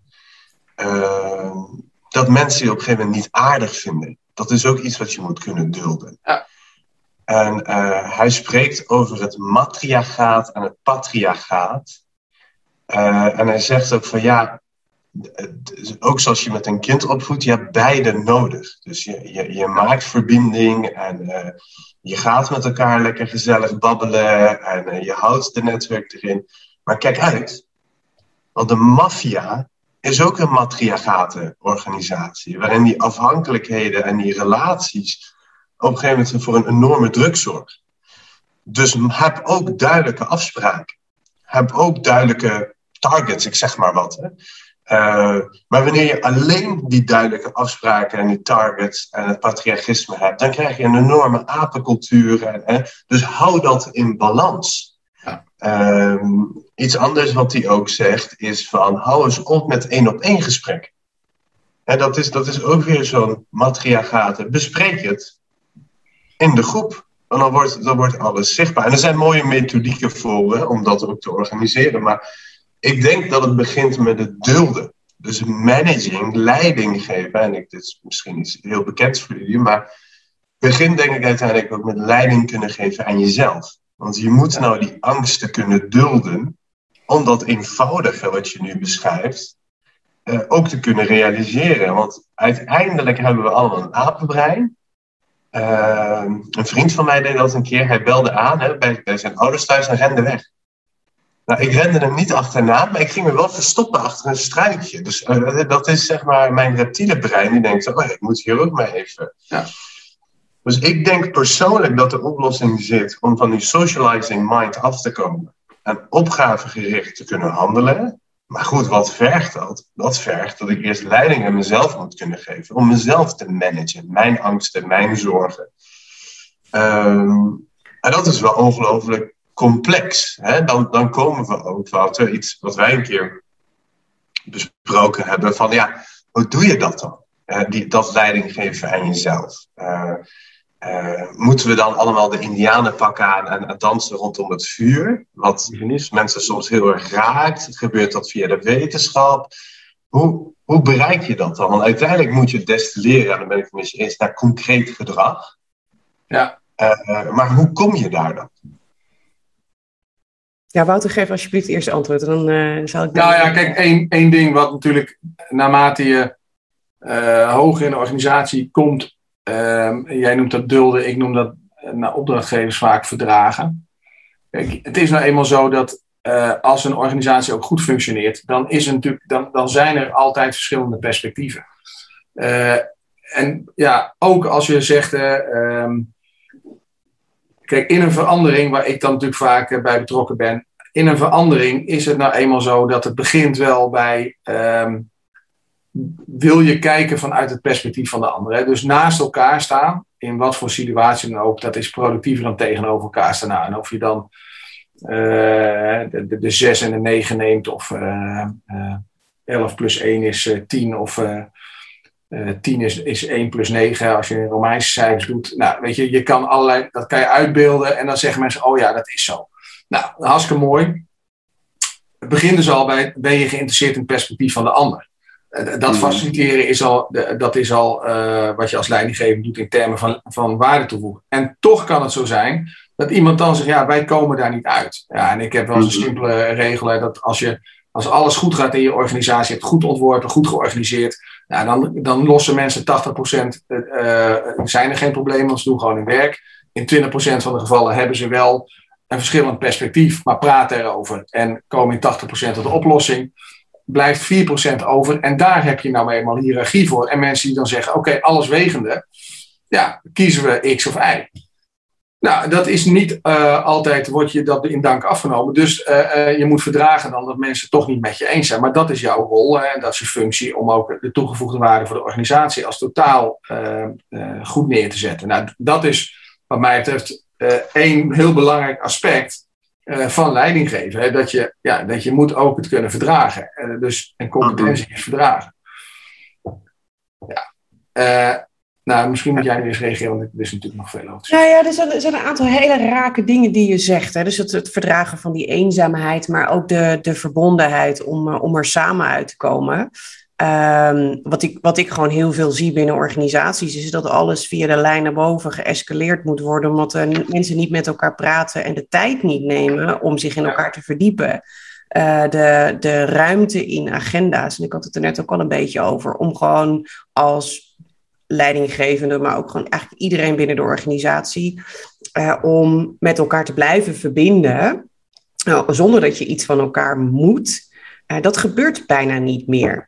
uh, dat mensen je op een gegeven moment niet aardig vinden. Dat is ook iets wat je moet kunnen dulden. Ja. En uh, hij spreekt over het matriarchaat en het patriarchaat. Uh, en hij zegt ook van ja, ook zoals je met een kind opvoedt, je hebt beide nodig. Dus je, je, je maakt verbinding en uh, je gaat met elkaar lekker gezellig babbelen en uh, je houdt de netwerk erin. Maar kijk uit, want de maffia is ook een matriarchatenorganisatie, waarin die afhankelijkheden en die relaties op een gegeven moment voor een enorme druk zorgen. Dus heb ook duidelijke afspraken. Heb ook duidelijke targets, ik zeg maar wat. Hè. Uh, maar wanneer je alleen die duidelijke afspraken en die targets en het patriarchisme hebt, dan krijg je een enorme apencultuur. En, hè. Dus hou dat in balans. Ja. Uh, iets anders wat hij ook zegt is van hou eens op met één op één gesprek. En dat is, dat is ook weer zo'n matriarchate. Bespreek het in de groep. En dan wordt, dan wordt alles zichtbaar. En er zijn mooie methodieken voor hè, om dat ook te organiseren. Maar ik denk dat het begint met het dulden. Dus managing, leiding geven. En ik, dit is misschien iets heel bekends voor jullie. Maar begint denk ik uiteindelijk ook met leiding kunnen geven aan jezelf. Want je moet nou die angsten kunnen dulden. Om dat eenvoudige wat je nu beschrijft. Uh, ook te kunnen realiseren. Want uiteindelijk hebben we allemaal een apenbrein. Uh, een vriend van mij deed dat een keer. Hij belde aan hè, bij, bij zijn ouders thuis en rende weg. Nou, ik rende hem niet achterna, maar ik ging me wel verstoppen achter een struikje. Dus uh, dat is zeg maar mijn reptiele brein die denkt, oh, ik moet hier ook maar even. Ja. Dus ik denk persoonlijk dat de oplossing zit om van die socializing mind af te komen. En opgavegericht te kunnen handelen. Maar goed, wat vergt dat? Dat vergt dat ik eerst leiding aan mezelf moet kunnen geven. Om mezelf te managen. Mijn angsten, mijn zorgen. Um, en dat is wel ongelooflijk complex. Hè? Dan, dan komen we ook, Wouter, iets wat wij een keer besproken hebben. Van ja, hoe doe je dat dan? Uh, die, dat leiding geven aan jezelf. Uh, uh, moeten we dan allemaal de indianenpak aan en, en dansen rondom het vuur? Wat mensen soms heel erg raakt. Gebeurt dat via de wetenschap? Hoe, hoe bereik je dat dan? Want uiteindelijk moet je destilleren, en dan ben ik het met je eens, naar concreet gedrag. Ja. Uh, maar hoe kom je daar dan? Ja, Wouter, geef alsjeblieft eerst antwoord. Dan uh, zal ik. Nou ja, kijk, één, één ding wat natuurlijk naarmate je uh, hoger in de organisatie komt. Uh, jij noemt dat dulden, ik noem dat uh, naar opdrachtgevers vaak verdragen. Kijk, het is nou eenmaal zo dat uh, als een organisatie ook goed functioneert, dan, is er natuurlijk, dan, dan zijn er altijd verschillende perspectieven. Uh, en ja, ook als je zegt. Uh, um, Kijk, in een verandering, waar ik dan natuurlijk vaak uh, bij betrokken ben. In een verandering is het nou eenmaal zo dat het begint wel bij um, wil je kijken vanuit het perspectief van de ander. Hè? Dus naast elkaar staan, in wat voor situatie dan ook, dat is productiever dan tegenover elkaar staan. Nou, en of je dan uh, de, de, de zes en de negen neemt, of uh, uh, elf plus één is uh, tien, of uh, uh, tien is, is één plus negen, als je Romeinse cijfers doet. Nou, weet je, je kan allerlei, dat kan je uitbeelden en dan zeggen mensen, oh ja, dat is zo. Nou, hartstikke mooi. Het begint dus al bij, ben je geïnteresseerd in het perspectief van de ander. Dat faciliteren is al, dat is al uh, wat je als leidinggever doet in termen van, van waarde toevoegen. En toch kan het zo zijn dat iemand dan zegt, ja, wij komen daar niet uit. Ja, en ik heb wel eens een simpele regel, hè, dat als, je, als alles goed gaat in je organisatie, je hebt goed ontworpen, goed georganiseerd, nou, dan, dan lossen mensen tachtig procent, uh, zijn er geen problemen, want ze doen gewoon hun werk. In twintig procent van de gevallen hebben ze wel een verschillend perspectief, maar praten erover en komen in tachtig procent tot de oplossing. Blijft vier procent over en daar heb je nou eenmaal hiërarchie voor. En mensen die dan zeggen, oké, okay, alles wegende, ja, kiezen we X of Y. Nou, dat is niet uh, altijd, wordt je dat in dank afgenomen. Dus uh, uh, je moet verdragen dan dat mensen het toch niet met je eens zijn. Maar dat is jouw rol en dat is je functie om ook de toegevoegde waarde voor de organisatie als totaal uh, uh, goed neer te zetten. Nou, dat is wat mij betreft uh, één heel belangrijk aspect Uh, van leiding geven. Hè? Dat, je, ja, dat je moet ook het kunnen verdragen. Uh, dus een competentie is verdragen. Ja. Uh, nou, misschien moet jij nu eens reageren, want er is natuurlijk nog veel over te zeggen. Nou ja, er zijn, er zijn een aantal hele rake dingen die je zegt. Hè? Dus het, het verdragen van die eenzaamheid, maar ook de, de verbondenheid om, om er samen uit te komen. Um, wat, ik, wat ik gewoon heel veel zie binnen organisaties is dat alles via de lijn naar boven geëscaleerd moet worden, omdat uh, mensen niet met elkaar praten en de tijd niet nemen om zich in elkaar te verdiepen. Uh, de, de ruimte in agenda's, en ik had het er net ook al een beetje over, om gewoon als leidinggevende, maar ook gewoon eigenlijk iedereen binnen de organisatie, uh, om met elkaar te blijven verbinden, uh, zonder dat je iets van elkaar moet. Uh, dat gebeurt bijna niet meer.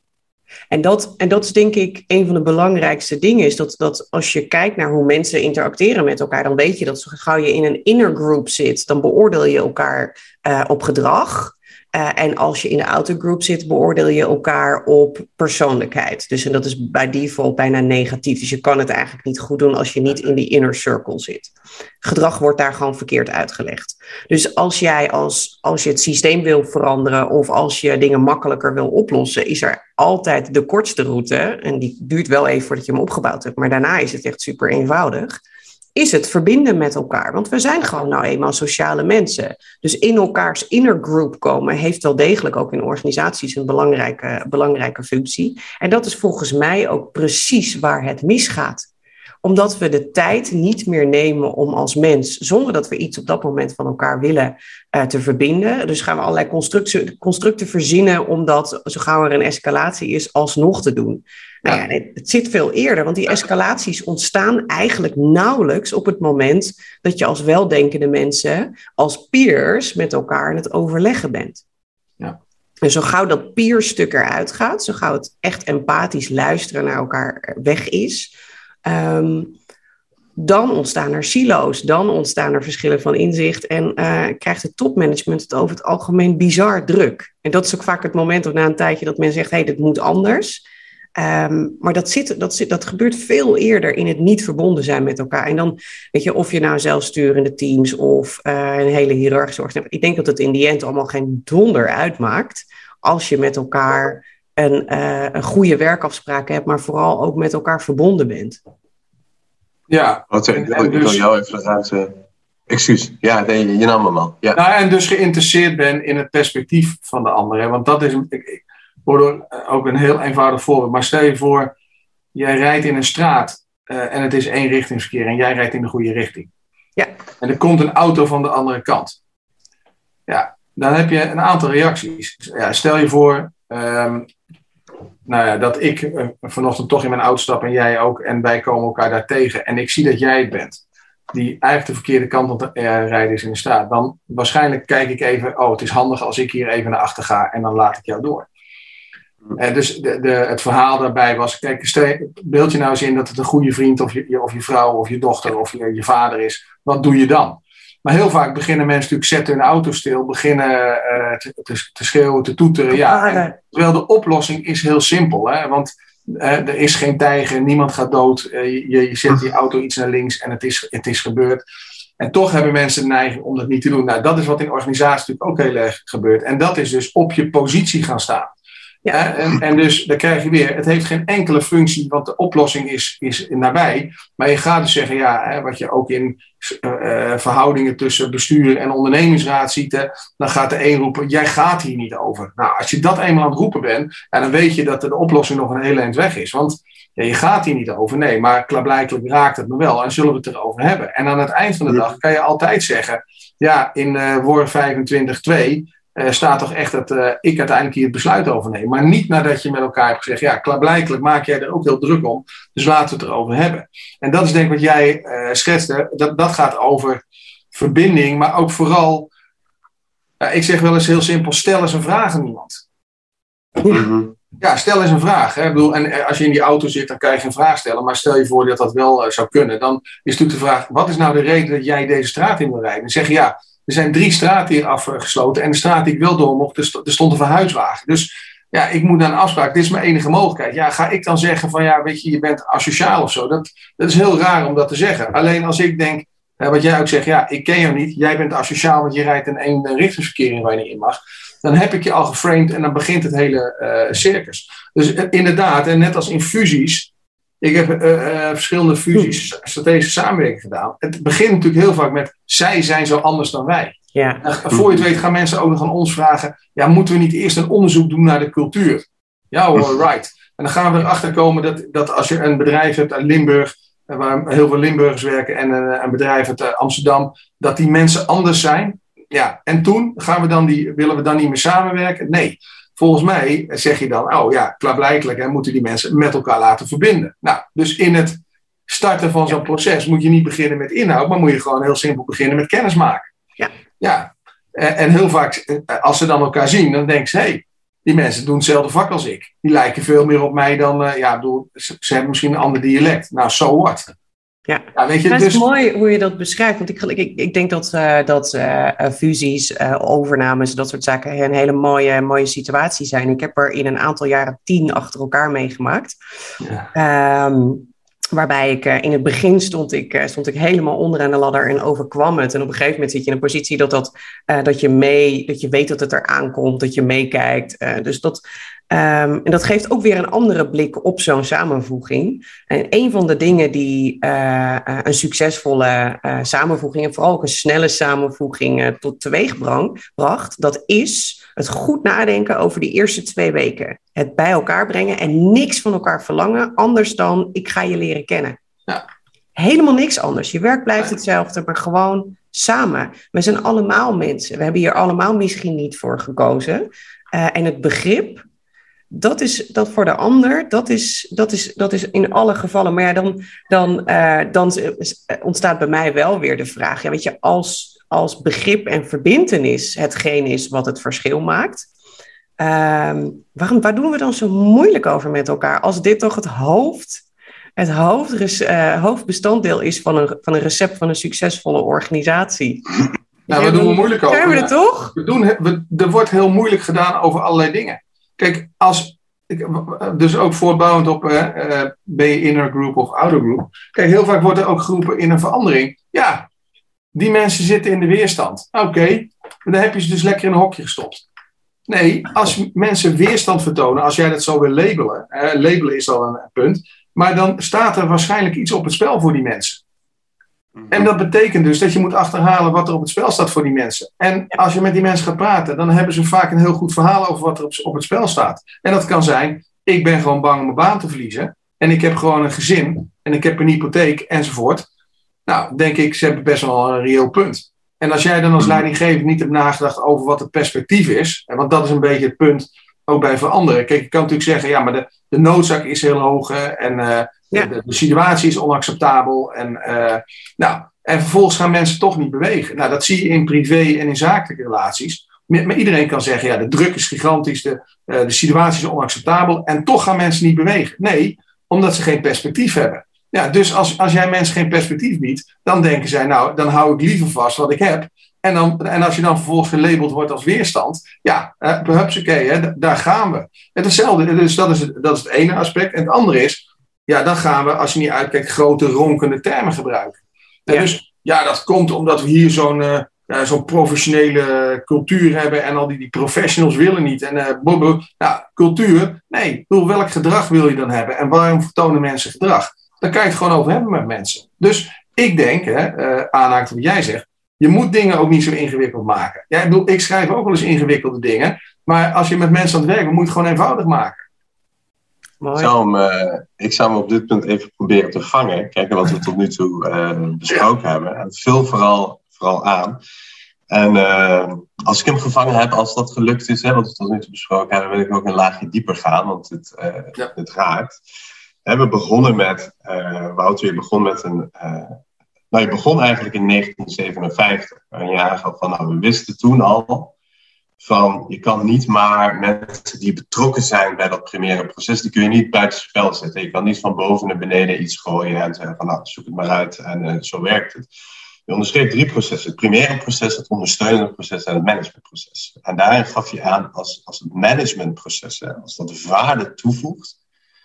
En dat, en dat is denk ik een van de belangrijkste dingen, is dat, dat als je kijkt naar hoe mensen interacteren met elkaar, dan weet je dat zo gauw je in een inner group zit, dan beoordeel je elkaar uh, op gedrag. Uh, en als je in de outer group zit, beoordeel je elkaar op persoonlijkheid. Dus en dat is bij default bijna negatief. Dus je kan het eigenlijk niet goed doen als je niet in die inner circle zit. Gedrag wordt daar gewoon verkeerd uitgelegd. Dus als jij als, als je het systeem wil veranderen of als je dingen makkelijker wil oplossen, is er altijd de kortste route. En die duurt wel even voordat je hem opgebouwd hebt, maar daarna is het echt super eenvoudig. Is het verbinden met elkaar. Want we zijn gewoon nou eenmaal sociale mensen. Dus in elkaars inner group komen heeft wel degelijk ook in organisaties een belangrijke, belangrijke functie. En dat is volgens mij ook precies waar het misgaat. Omdat we de tijd niet meer nemen om als mens, zonder dat we iets op dat moment van elkaar willen, uh, te verbinden. Dus gaan we allerlei constructen, constructen verzinnen om dat, zo gauw er een escalatie is, alsnog te doen. Nou ja, het zit veel eerder, want die escalaties ontstaan eigenlijk nauwelijks op het moment dat je als weldenkende mensen, als peers, met elkaar aan het overleggen bent. Ja. En zo gauw dat peerstuk eruit gaat, zo gauw het echt empathisch luisteren naar elkaar weg is, um, dan ontstaan er silo's, dan ontstaan er verschillen van inzicht en uh, krijgt het topmanagement het over het algemeen bizar druk. En dat is ook vaak het moment of na een tijdje dat men zegt, hé, hey, dit moet anders. Um, maar dat, zit, dat, zit, dat gebeurt veel eerder in het niet verbonden zijn met elkaar. En dan, weet je, of je nou zelfsturende teams of uh, een hele hiërarchische organisatie. Ik denk dat het in die end allemaal geen donder uitmaakt als je met elkaar een, uh, een goede werkafspraak hebt, maar vooral ook met elkaar verbonden bent. Ja. Wat, ik wil dus, jou even ruimte. Excuus. Ja, nee, je nam hem al. Ja. Nou, en dus geïnteresseerd ben in het perspectief van de ander. Hè? Want dat is ik, ik, Door ook een heel eenvoudig voorbeeld. Maar stel je voor, jij rijdt in een straat uh, en het is eenrichtingsverkeer en jij rijdt in de goede richting. Ja. En er komt een auto van de andere kant. Ja, dan heb je een aantal reacties. Ja, stel je voor um, nou ja, dat ik uh, vanochtend toch in mijn auto stap en jij ook en wij komen elkaar daar tegen en ik zie dat jij het bent die eigenlijk de verkeerde kant op uh, rijden is in de straat. Dan waarschijnlijk kijk ik even, oh, het is handig als ik hier even naar achter ga en dan laat ik jou door. En dus de, de, het verhaal daarbij was, kijk, stel, beeld je nou eens in dat het een goede vriend of je, of je vrouw of je dochter of je, je vader is. Wat doe je dan? Maar heel vaak beginnen mensen natuurlijk zetten hun auto stil, beginnen uh, te, te, te schreeuwen, te toeteren. Ja, en, terwijl de oplossing is heel simpel. Hè? Want uh, er is geen tijger, niemand gaat dood. Uh, je, je zet die auto iets naar links en het is, het is gebeurd. En toch hebben mensen de neiging om dat niet te doen. Nou, dat is wat in organisaties natuurlijk ook heel erg gebeurt. En dat is dus op je positie gaan staan. Ja, en, en dus dan krijg je weer, het heeft geen enkele functie, want de oplossing is, is nabij. Maar je gaat dus zeggen, ja, hè, wat je ook in uh, uh, verhoudingen tussen bestuur en ondernemingsraad ziet, hè, dan gaat de een roepen, jij gaat hier niet over. Nou, als je dat eenmaal aan het roepen bent, ja, dan weet je dat de oplossing nog een hele eind weg is. Want ja, je gaat hier niet over, nee, maar klaarblijkelijk raakt het me wel en zullen we het erover hebben. En aan het eind van de dag kan je altijd zeggen, ja, in uh, Word vijfentwintig twee... Uh, staat toch echt dat uh, ik uiteindelijk hier het besluit over neem. Maar niet nadat je met elkaar hebt gezegd, ja, klaarblijkelijk maak jij er ook heel druk om. Dus laten we het erover hebben. En dat is denk ik wat jij uh, schetste. Dat, dat gaat over verbinding, maar ook vooral, uh, ik zeg wel eens heel simpel, stel eens een vraag aan iemand. Mm-hmm. Ja, stel eens een vraag. Hè. Ik bedoel, en als je in die auto zit, dan kan je geen vraag stellen. Maar stel je voor dat dat wel uh, zou kunnen. Dan is natuurlijk de vraag, wat is nou de reden dat jij deze straat in wil rijden? Dan zeg je, ja, er zijn drie straten hier afgesloten. En de straat die ik wel door mocht, er stond een verhuiswagen. Dus ja, ik moet naar een afspraak. Dit is mijn enige mogelijkheid. Ja, ga ik dan zeggen van, ja, weet je, je bent asociaal of zo. Dat, dat is heel raar om dat te zeggen. Alleen als ik denk, uh, wat jij ook zegt, ja, ik ken jou niet. Jij bent asociaal, want je rijdt in één uh, richtingsverkeer in waar je niet in mag. Dan heb ik je al geframed en dan begint het hele uh, circus. Dus uh, inderdaad, en net als in fusies. Ik heb uh, uh, verschillende fusies, strategische samenwerking gedaan. Het begint natuurlijk heel vaak met, zij zijn zo anders dan wij. Ja. En voor je het weet gaan mensen ook nog aan ons vragen, ja, moeten we niet eerst een onderzoek doen naar de cultuur? Ja hoor, right. En dan gaan we erachter komen dat, dat als je een bedrijf hebt uit Limburg, waar heel veel Limburgers werken, en een, een bedrijf uit uh, Amsterdam, dat die mensen anders zijn. Ja, en toen gaan we dan die, willen we dan niet meer samenwerken? Nee. Volgens mij zeg je dan, oh ja, klaarblijkelijk hè, moeten die mensen met elkaar laten verbinden. Nou, dus in het starten van zo'n proces moet je niet beginnen met inhoud, maar moet je gewoon heel simpel beginnen met kennis maken. Ja. Ja. En, en heel vaak, als ze dan elkaar zien, dan denken ze, hé, hey, die mensen doen hetzelfde vak als ik. Die lijken veel meer op mij dan, uh, ja, bedoel, ze, ze hebben misschien een ander dialect. Nou, so what? Ja, ja weet je, het dus... is mooi hoe je dat beschrijft. Want ik, ik, ik denk dat, uh, dat uh, fusies, uh, overnames, dat soort zaken een hele mooie, mooie situatie zijn. Ik heb er in een aantal jaren tien achter elkaar meegemaakt. Ja. Um, waarbij ik uh, in het begin stond ik, uh, stond ik helemaal onderaan de ladder en overkwam het. En op een gegeven moment zit je in een positie dat, dat, uh, dat, je, mee, dat je weet dat het eraan komt, dat je meekijkt. Uh, dus dat... Um, en dat geeft ook weer een andere blik op zo'n samenvoeging. En een van de dingen die uh, uh, een succesvolle uh, samenvoeging, en vooral ook een snelle samenvoeging uh, tot teweeg bracht, dat is het goed nadenken over die eerste twee weken. Het bij elkaar brengen en niks van elkaar verlangen, anders dan ik ga je leren kennen. Ja. Helemaal niks anders. Je werk blijft hetzelfde, maar gewoon samen. We zijn allemaal mensen. We hebben hier allemaal misschien niet voor gekozen. Uh, en het begrip... Dat is dat voor de ander, dat is, dat is, dat is in alle gevallen. Maar ja, dan, dan, uh, dan ontstaat bij mij wel weer de vraag. Ja, weet je, als, als begrip en verbintenis hetgeen is wat het verschil maakt. Uh, waarom, waar doen we dan zo moeilijk over met elkaar? Als dit toch het hoofd, het hoofd, uh, hoofdbestanddeel is van een, van een recept van een succesvolle organisatie. Nou, we doen we moeilijk over. Zijn we er toch? We doen, we, er wordt heel moeilijk gedaan over allerlei dingen. Kijk, als, dus ook voortbouwend op uh, uh, ben je inner group of outer group. Kijk, heel vaak wordt er ook geroepen in een verandering. Ja, die mensen zitten in de weerstand. Oké, okay, dan heb je ze dus lekker in een hokje gestopt. Nee, als mensen weerstand vertonen, als jij dat zo wil labelen. Uh, labelen is al een punt. Maar dan staat er waarschijnlijk iets op het spel voor die mensen. En dat betekent dus dat je moet achterhalen wat er op het spel staat voor die mensen. En als je met die mensen gaat praten, dan hebben ze vaak een heel goed verhaal over wat er op, op het spel staat. En dat kan zijn, ik ben gewoon bang om mijn baan te verliezen. En ik heb gewoon een gezin. En ik heb een hypotheek enzovoort. Nou, denk ik, ze hebben best wel een reëel punt. En als jij dan als leidinggever niet hebt nagedacht over wat het perspectief is. Want dat is een beetje het punt ook bij veranderen. Kijk, je kan natuurlijk zeggen, ja, maar de, de noodzaak is heel hoog. Hè, en uh, ja. de, de situatie is onacceptabel. En, uh, nou, en vervolgens gaan mensen toch niet bewegen. Nou, dat zie je in privé en in zakelijke relaties. Maar iedereen kan zeggen, ja, de druk is gigantisch. De, uh, de situatie is onacceptabel. En toch gaan mensen niet bewegen. Nee, omdat ze geen perspectief hebben. Ja, dus als, als jij mensen geen perspectief biedt, dan denken zij, nou, dan hou ik liever vast wat ik heb. En, dan, en als je dan vervolgens gelabeld wordt als weerstand, ja, uh, hupsakee, hè, d- daar gaan we. En hetzelfde, dus dat is het, dat is het ene aspect. En het andere is, ja, dan gaan we, als je niet uitkijkt, grote ronkende termen gebruiken. En ja. Dus ja, dat komt omdat we hier zo'n, uh, uh, zo'n professionele cultuur hebben en al die, die professionals willen niet. En uh, bobo, nou, cultuur, nee, welk gedrag wil je dan hebben? En waarom vertonen mensen gedrag? Daar kan je het gewoon over hebben met mensen. Dus ik denk, hè, uh, aanhaakt wat jij zegt, je moet dingen ook niet zo ingewikkeld maken. Ja, ik bedoel, ik schrijf ook wel eens ingewikkelde dingen, maar als je met mensen aan het werken, moet je het gewoon eenvoudig maken. Ik zou, hem, uh, ik zou hem op dit punt even proberen te vangen. Kijken wat we tot nu toe uh, besproken ja. hebben. En vul vooral, vooral aan. En uh, als ik hem gevangen heb, als dat gelukt is, hè, wat we tot nu toe besproken hebben, wil ik ook een laagje dieper gaan, want het, uh, ja. het raakt. We hebben begonnen met, uh, Wouter, je begon met een... Uh, nou, je begon eigenlijk in negentien zevenenvijftig. En je aangaf van, nou, we wisten toen al van, je kan niet maar mensen die betrokken zijn bij dat primaire proces, die kun je niet buitenspel zetten. Je kan niet van boven naar beneden iets gooien en zeggen van, nou, zoek het maar uit en uh, zo werkt het. Je onderschreef drie processen. Het primaire proces, het ondersteunende proces en het managementproces. En daarin gaf je aan, als, als het managementproces, hè, als dat waarde toevoegt,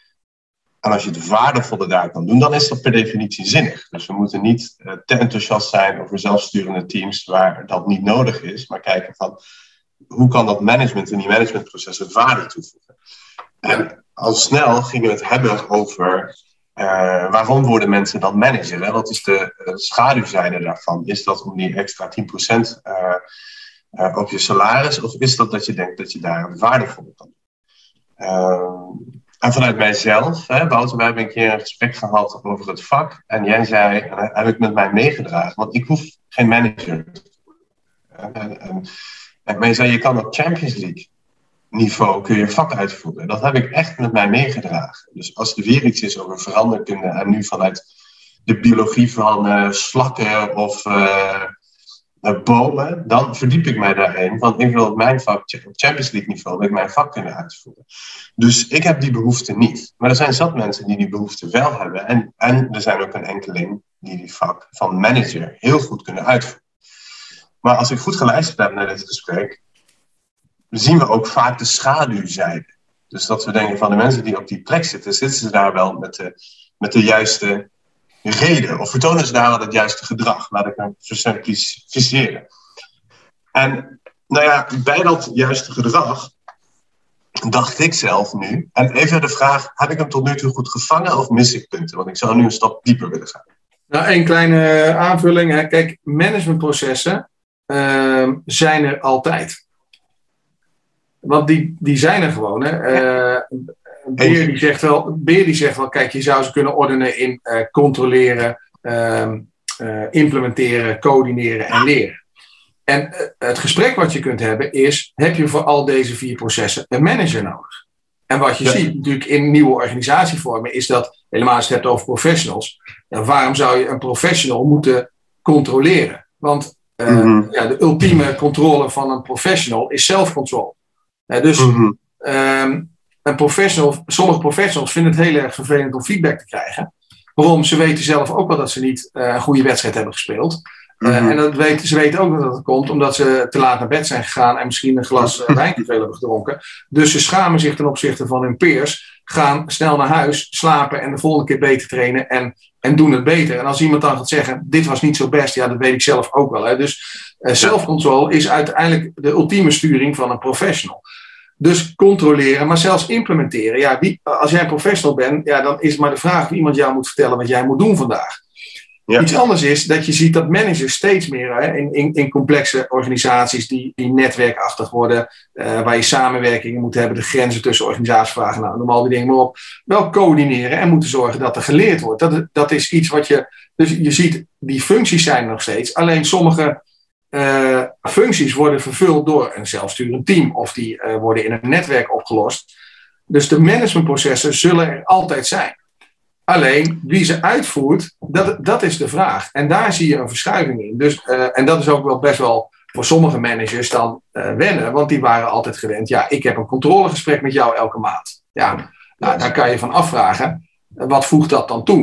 en als je het waardevolle daar kan doen, dan is dat per definitie zinnig. Dus we moeten niet uh, te enthousiast zijn over zelfsturende teams waar dat niet nodig is, maar kijken van, hoe kan dat management in die managementprocessen waarde toevoegen? En al snel gingen we het hebben over uh, waarom worden mensen dan manager? Hè? Wat is de uh, schaduwzijde daarvan? Is dat om die extra tien procent uh, uh, op je salaris? Of is dat dat je denkt dat je daar een waardevolle kan doen? Uh, en vanuit mijzelf, hè, Wouter, wij hebben een keer een gesprek gehad over het vak. En jij zei, en dat heb ik met mij meegedragen, want ik hoef geen manager te worden. En, en, en, maar je zei, je kan op Champions League niveau kun je vak uitvoeren. Dat heb ik echt met mij meegedragen. Dus als er weer iets is over veranderkunde en nu vanuit de biologie van uh, slakken of uh, uh, bomen, dan verdiep ik mij daarheen. Want ik wil op mijn vak, op Champions League niveau, wil ik mijn vak kunnen uitvoeren. Dus ik heb die behoefte niet. Maar er zijn zat mensen die die behoefte wel hebben. En, en er zijn ook een enkeling die die vak van manager heel goed kunnen uitvoeren. Maar als ik goed geluisterd heb naar dit gesprek, zien we ook vaak de schaduwzijde. Dus dat we denken van de mensen die op die plek zitten, zitten ze daar wel met de, met de juiste reden. Of vertonen ze daar wel het juiste gedrag. Laat ik het versimplificeren. En nou ja, bij dat juiste gedrag dacht ik zelf nu, en even de vraag, heb ik hem tot nu toe goed gevangen of mis ik punten? Want ik zou nu een stap dieper willen gaan. Nou, één kleine aanvulling. Hè. Kijk, managementprocessen uh, zijn er altijd. Want die, die zijn er gewoon. Hè. Uh, Beer, die zegt wel, Beer die zegt wel, kijk, je zou ze kunnen ordenen in uh, controleren, uh, uh, implementeren, coördineren en leren. En uh, het gesprek wat je kunt hebben is, heb je voor al deze vier processen een manager nodig? En wat je ja. ziet natuurlijk in nieuwe organisatievormen is dat, helemaal als je het hebt over professionals, ja, waarom zou je een professional moeten controleren? Want uh, mm-hmm. ja, de ultieme controle van een professional is self-control. Uh, dus mm-hmm. um, een professional, sommige professionals vinden het heel erg vervelend om feedback te krijgen. Waarom? Ze weten zelf ook wel dat ze niet uh, een goede wedstrijd hebben gespeeld. Uh, mm-hmm. En dat weten, ze weten ook dat het komt omdat ze te laat naar bed zijn gegaan en misschien een glas uh, wijn te veel hebben gedronken. Dus ze schamen zich ten opzichte van hun peers, gaan snel naar huis, slapen en de volgende keer beter trainen en, en doen het beter. En als iemand dan gaat zeggen, dit was niet zo best, ja, dat weet ik zelf ook wel. Hè. Dus uh, self-control is uiteindelijk de ultieme sturing van een professional. Dus controleren, maar zelfs implementeren. Ja, wie, als jij een professional bent, ja, dan is het maar de vraag of iemand jou moet vertellen wat jij moet doen vandaag. Ja. Iets anders is dat je ziet dat managers steeds meer hè, in, in, in complexe organisaties die, die netwerkachtig worden, uh, waar je samenwerking moet hebben, de grenzen tussen organisaties vragen, nou, noem al die dingen maar op, wel coördineren en moeten zorgen dat er geleerd wordt. Dat, dat is iets wat je, dus je ziet, die functies zijn er nog steeds, alleen sommige uh, functies worden vervuld door een zelfsturend team of die uh, worden in een netwerk opgelost. Dus de managementprocessen zullen er altijd zijn. Alleen, wie ze uitvoert, dat, dat is de vraag. En daar zie je een verschuiving in. Dus, uh, en dat is ook wel best wel voor sommige managers dan uh, wennen. Want die waren altijd gewend. Ja, ik heb een controlegesprek met jou elke maand. Ja, nou, daar kan je van afvragen. Uh, wat voegt dat dan toe?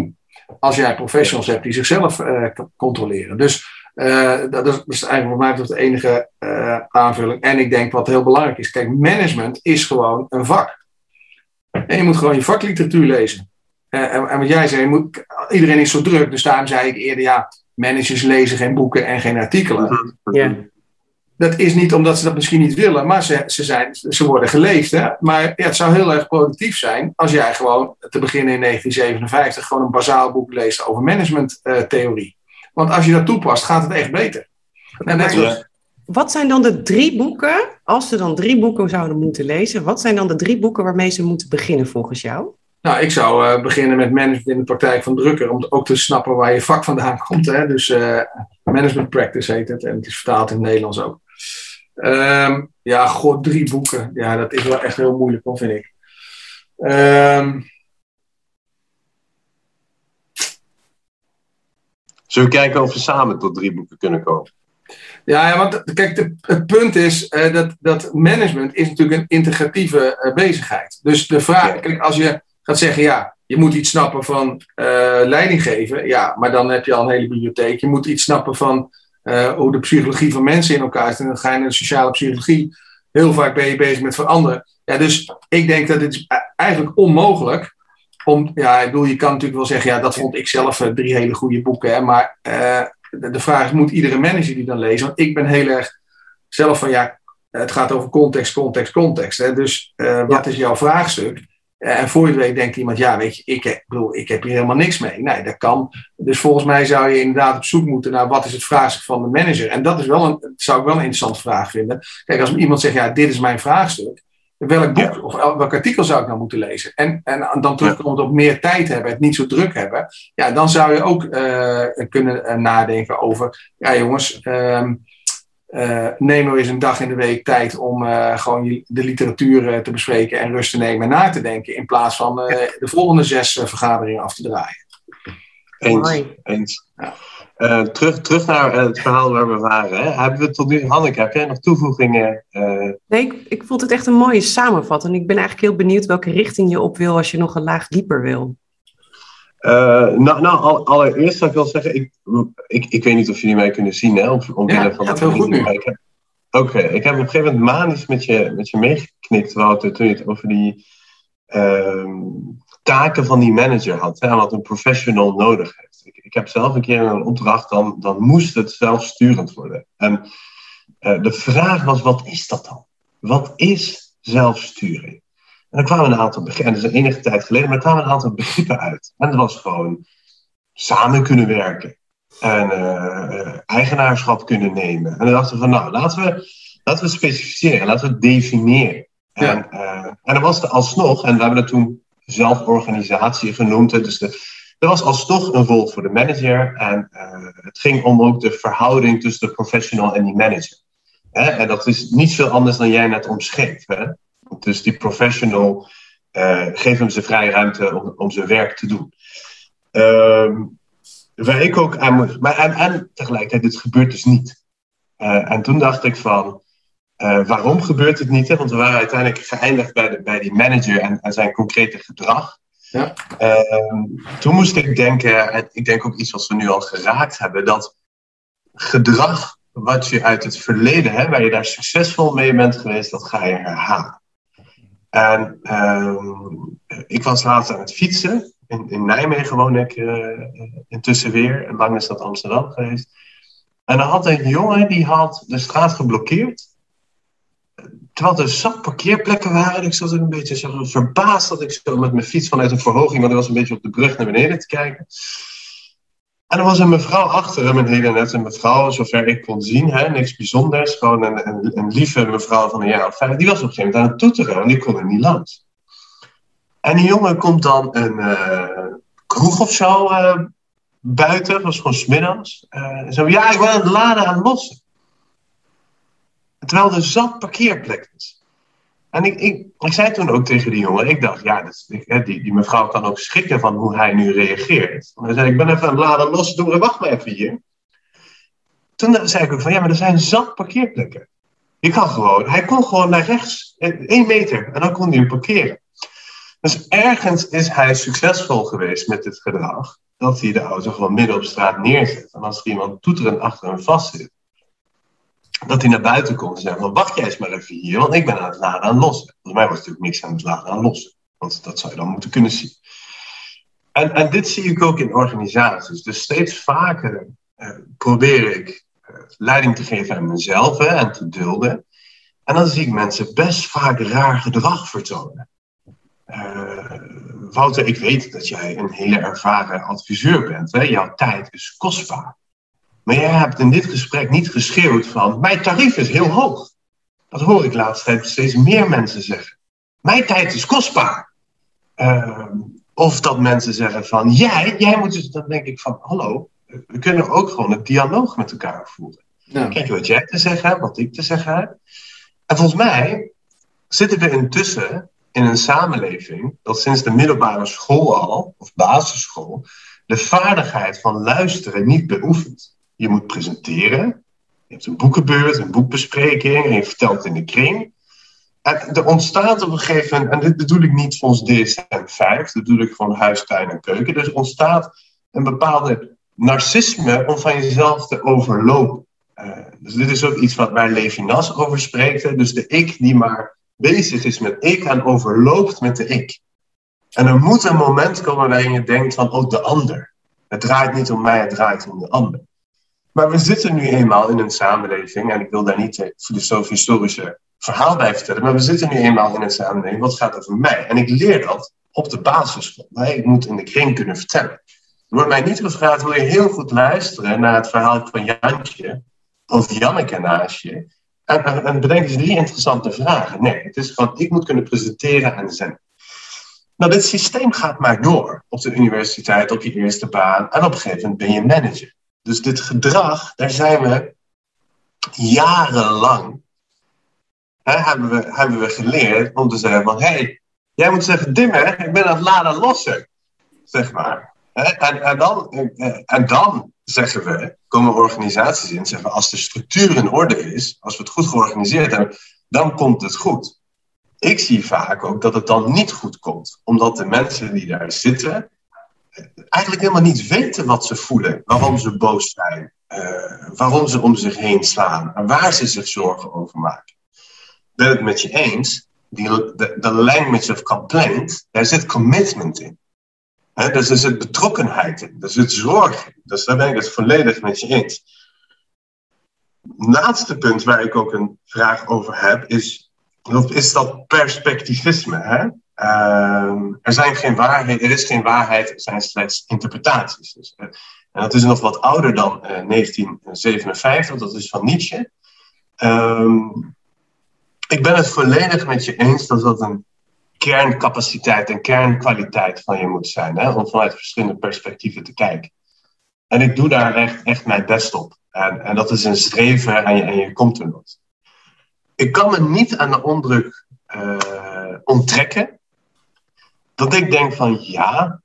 als jij professionals hebt die zichzelf uh, controleren. Dus uh, dat, is, dat is eigenlijk voor mij toch de enige uh, aanvulling. En ik denk wat heel belangrijk is. Kijk, management is gewoon een vak. En je moet gewoon je vakliteratuur lezen. Uh, en, en wat jij zei, je moet, iedereen is zo druk. Dus daarom zei ik eerder, ja, managers lezen geen boeken en geen artikelen. Ja. Dat is niet omdat ze dat misschien niet willen, maar ze, ze, zijn, ze worden geleefd. Hè? Maar ja, het zou heel erg productief zijn als jij gewoon te beginnen in negentien zevenenvijftig gewoon een bazaal boek leest over managementtheorie. Uh, Want als je dat toepast, gaat het echt beter. En net zoals... Wat zijn dan de drie boeken, als ze dan drie boeken zouden moeten lezen, wat zijn dan de drie boeken waarmee ze moeten beginnen volgens jou? Nou, ik zou uh, beginnen met Management in de praktijk van drukker, om ook te snappen waar je vak vandaan komt. Hè? Dus uh, Management Practice heet het en het is vertaald in het Nederlands ook. Um, ja, god, drie boeken. Ja, dat is wel echt heel moeilijk, hoor, vind ik. Um... Zullen we kijken of we samen tot drie boeken kunnen komen? Ja, ja want kijk, de, het punt is uh, dat, dat management is natuurlijk een integratieve uh, bezigheid. Dus de vraag, ja. Kijk, als je gaat zeggen, ja, je moet iets snappen van uh, leiding geven, ja, maar dan heb je al een hele bibliotheek. Je moet iets snappen van uh, hoe de psychologie van mensen in elkaar zit. En dan ga je naar de sociale psychologie. Heel vaak ben je bezig met veranderen. Ja, dus ik denk dat het is eigenlijk onmogelijk om, ja, ik bedoel, je kan natuurlijk wel zeggen, ja, dat vond ik zelf uh, drie hele goede boeken, hè, maar uh, de, de vraag is, moet iedere manager die dan lezen? Want ik ben heel erg zelf van, ja, het gaat over context, context, context. Hè, dus uh, wat ja. is jouw vraagstuk? Uh, en voor je het weet denkt iemand, ja, weet je, ik, ik bedoel, ik heb hier helemaal niks mee. Nee, dat kan. Dus volgens mij zou je inderdaad op zoek moeten naar wat is het vraagstuk van de manager. En dat is wel een, zou ik wel een interessante vraag vinden. Kijk, als iemand zegt, ja, dit is mijn vraagstuk. Welk boek ja. of welk artikel zou ik nou moeten lezen? En, en dan terugkomend op meer tijd hebben, het niet zo druk hebben. Ja, dan zou je ook uh, kunnen uh, nadenken over, ja jongens, um, uh, neem nou eens een dag in de week tijd om uh, gewoon de literatuur uh, te bespreken en rust te nemen en na te denken, in plaats van uh, de volgende zes uh, vergaderingen af te draaien. Eens, eens. Ja. Uh, terug, terug naar uh, het verhaal waar we waren. Hè? Hebben we tot nu, Hanneke, heb jij nog toevoegingen? Uh... Nee, ik, ik vond het echt een mooie samenvatting. Ik ben eigenlijk heel benieuwd welke richting je op wil als je nog een laag dieper wil. Uh, nou, nou al, allereerst zou ik wel zeggen, ik, ik, ik weet niet of jullie mij kunnen zien, hè? Om, om ja, van gaat heel goed nu. Oké, okay, ik heb op een gegeven moment manisch met je, met je meegeknikt, Wouter, toen je het over die uh, taken van die manager had, hè? Wat een professional nodig heeft. Ik, ik heb zelf een keer een opdracht, dan, dan moest het zelfsturend worden. En uh, de vraag was, wat is dat dan? Wat is zelfsturing? En er kwamen een aantal begrippen, en dat is enige tijd geleden, maar er kwamen een aantal begrippen uit. En dat was gewoon samen kunnen werken. En uh, uh, eigenaarschap kunnen nemen. En dan dachten we van, nou, laten we, laten we specificeren, laten we het definiëren. Ja. En, uh, en dan was er alsnog, en we hebben dat toen zelforganisatie genoemd, dus de Er was alsnog een rol voor de manager en uh, het ging om ook de verhouding tussen de professional en die manager. Hè? En dat is niet veel anders dan jij net omschreef. Hè? Dus die professional, uh, geef hem zijn vrije ruimte om, om zijn werk te doen. Uh, waar ik ook aan moest, maar en, en tegelijkertijd, dit gebeurt dus niet. Uh, en toen dacht ik van, uh, waarom gebeurt het niet? Hè? Want we waren uiteindelijk geëindigd bij, de, bij die manager en, en zijn concrete gedrag. Ja. Uh, toen moest ik denken, en ik denk ook iets wat we nu al geraakt hebben, dat gedrag wat je uit het verleden, hè, waar je daar succesvol mee bent geweest, dat ga je herhalen. En uh, ik was laatst aan het fietsen, in, in Nijmegen woon ik uh, intussen weer, en lang is dat Amsterdam geweest. En dan had een jongen, die had de straat geblokkeerd. Terwijl er zat parkeerplekken waren. Ik zat een beetje zo verbaasd dat ik zo met mijn fiets vanuit een verhoging, want ik was een beetje op de brug naar beneden te kijken. En er was een mevrouw achter hem, een hele nette mevrouw, zover ik kon zien. Hè, niks bijzonders, gewoon een, een, een lieve mevrouw van een jaar of vijf. Die was op een gegeven moment aan het toeteren en die kon er niet langs. En die jongen komt dan een uh, kroeg of zo uh, buiten, dat was gewoon 's middags. Uh, zo, ja, ik ben aan het laden aan het lossen. Terwijl er zat parkeerplek is. En ik, ik, ik zei toen ook tegen die jongen, ik dacht, ja, dat, ik, die, die mevrouw kan ook schrikken van hoe hij nu reageert. En hij zei, ik ben even aan het laden los doen, wacht maar even hier. Toen zei ik ook van, ja, maar er zijn zat parkeerplekken. Je kan gewoon, hij kon gewoon naar rechts, één meter, en dan kon hij hem parkeren. Dus ergens is hij succesvol geweest met dit gedrag. dat hij de auto gewoon midden op straat neerzet. En als er iemand toeterend achter hem vast zit, dat hij naar buiten komt en zegt, wacht jij eens maar even hier, want ik ben aan het laden aan lossen. Volgens mij was natuurlijk niks aan het laden aan lossen. Want dat zou je dan moeten kunnen zien. En, en dit zie ik ook in organisaties. Dus steeds vaker uh, probeer ik uh, leiding te geven aan mezelf hè, en te dulden. En dan zie ik mensen best vaak raar gedrag vertonen. Uh, Wouter, ik weet dat jij een hele ervaren adviseur bent. Hè? Jouw tijd is kostbaar. Maar jij hebt in dit gesprek niet geschreeuwd van, mijn tarief is heel hoog. Dat hoor ik laatst steeds meer mensen zeggen. Mijn tijd is kostbaar. Uh, of dat mensen zeggen van, jij, jij moet dus, dan denk ik van, hallo, we kunnen ook gewoon een dialoog met elkaar voeren. Ja. Kijk wat jij te zeggen hebt, wat ik te zeggen heb. En volgens mij zitten we intussen in een samenleving dat sinds de middelbare school al, of basisschool, de vaardigheid van luisteren niet beoefent. Je moet presenteren, je hebt een boekenbeurt, een boekbespreking en je vertelt het in de kring. En er ontstaat op een gegeven moment, en dit bedoel ik niet volgens D S M vijf, dat bedoel ik gewoon huis, tuin en keuken. Dus er ontstaat een bepaalde narcisme om van jezelf te overlopen. Uh, dus dit is ook iets wat waar Levinas over spreekt. Hè? Dus de ik die maar bezig is met ik en overloopt met de ik. En er moet een moment komen waarin je denkt van, oh, de ander. Het draait niet om mij, het draait om de ander. Maar we zitten nu eenmaal in een samenleving, en ik wil daar niet het filosofisch-historische verhaal bij vertellen, maar we zitten nu eenmaal in een samenleving wat gaat over mij. En ik leer dat op de basisschool. Ik moet in de kring kunnen vertellen. Er wordt mij niet gevraagd, wil je heel goed luisteren naar het verhaal van Jantje of Janneke naast je? En, en, en bedenk eens drie interessante vragen. Nee, het is gewoon, ik moet kunnen presenteren en zenden. Nou, dit systeem gaat maar door. Op de universiteit, op je eerste baan. En op een gegeven moment ben je manager. Dus dit gedrag, daar zijn we jarenlang, hè, hebben, we, hebben we geleerd om te zeggen van, hé, hey, jij moet zeggen, dimmer, ik ben aan het laden lossen. Zeg maar. En, en, dan, en dan zeggen we, komen organisaties in, zeggen we, als de structuur in orde is, als we het goed georganiseerd hebben, dan komt het goed. Ik zie vaak ook dat het dan niet goed komt. Omdat de mensen die daar zitten eigenlijk helemaal niet weten wat ze voelen. Waarom ze boos zijn. Uh, waarom ze om zich heen slaan. En waar ze zich zorgen over maken. Ik ben het met je eens. Die, de, de language of complaint, daar zit commitment in. He, dus er zit betrokkenheid in. Er zit zorg in. Dus daar ben ik het volledig met je eens. Het laatste punt waar ik ook een vraag over heb is, is dat perspectivisme. Hè? Uh, er, zijn geen waarheid, er is geen waarheid, er zijn slechts interpretaties. Dus, uh, en dat is nog wat ouder dan uh, negentien zevenenvijftig, dat is van Nietzsche. Um, ik ben het volledig met je eens dat dat een kerncapaciteit en kernkwaliteit van je moet zijn. Hè? Om vanuit verschillende perspectieven te kijken. En ik doe daar echt, echt mijn best op. En, en dat is een streven en je, en je komt er nooit. Ik kan me niet aan de ondruk uh, onttrekken dat ik denk van ja,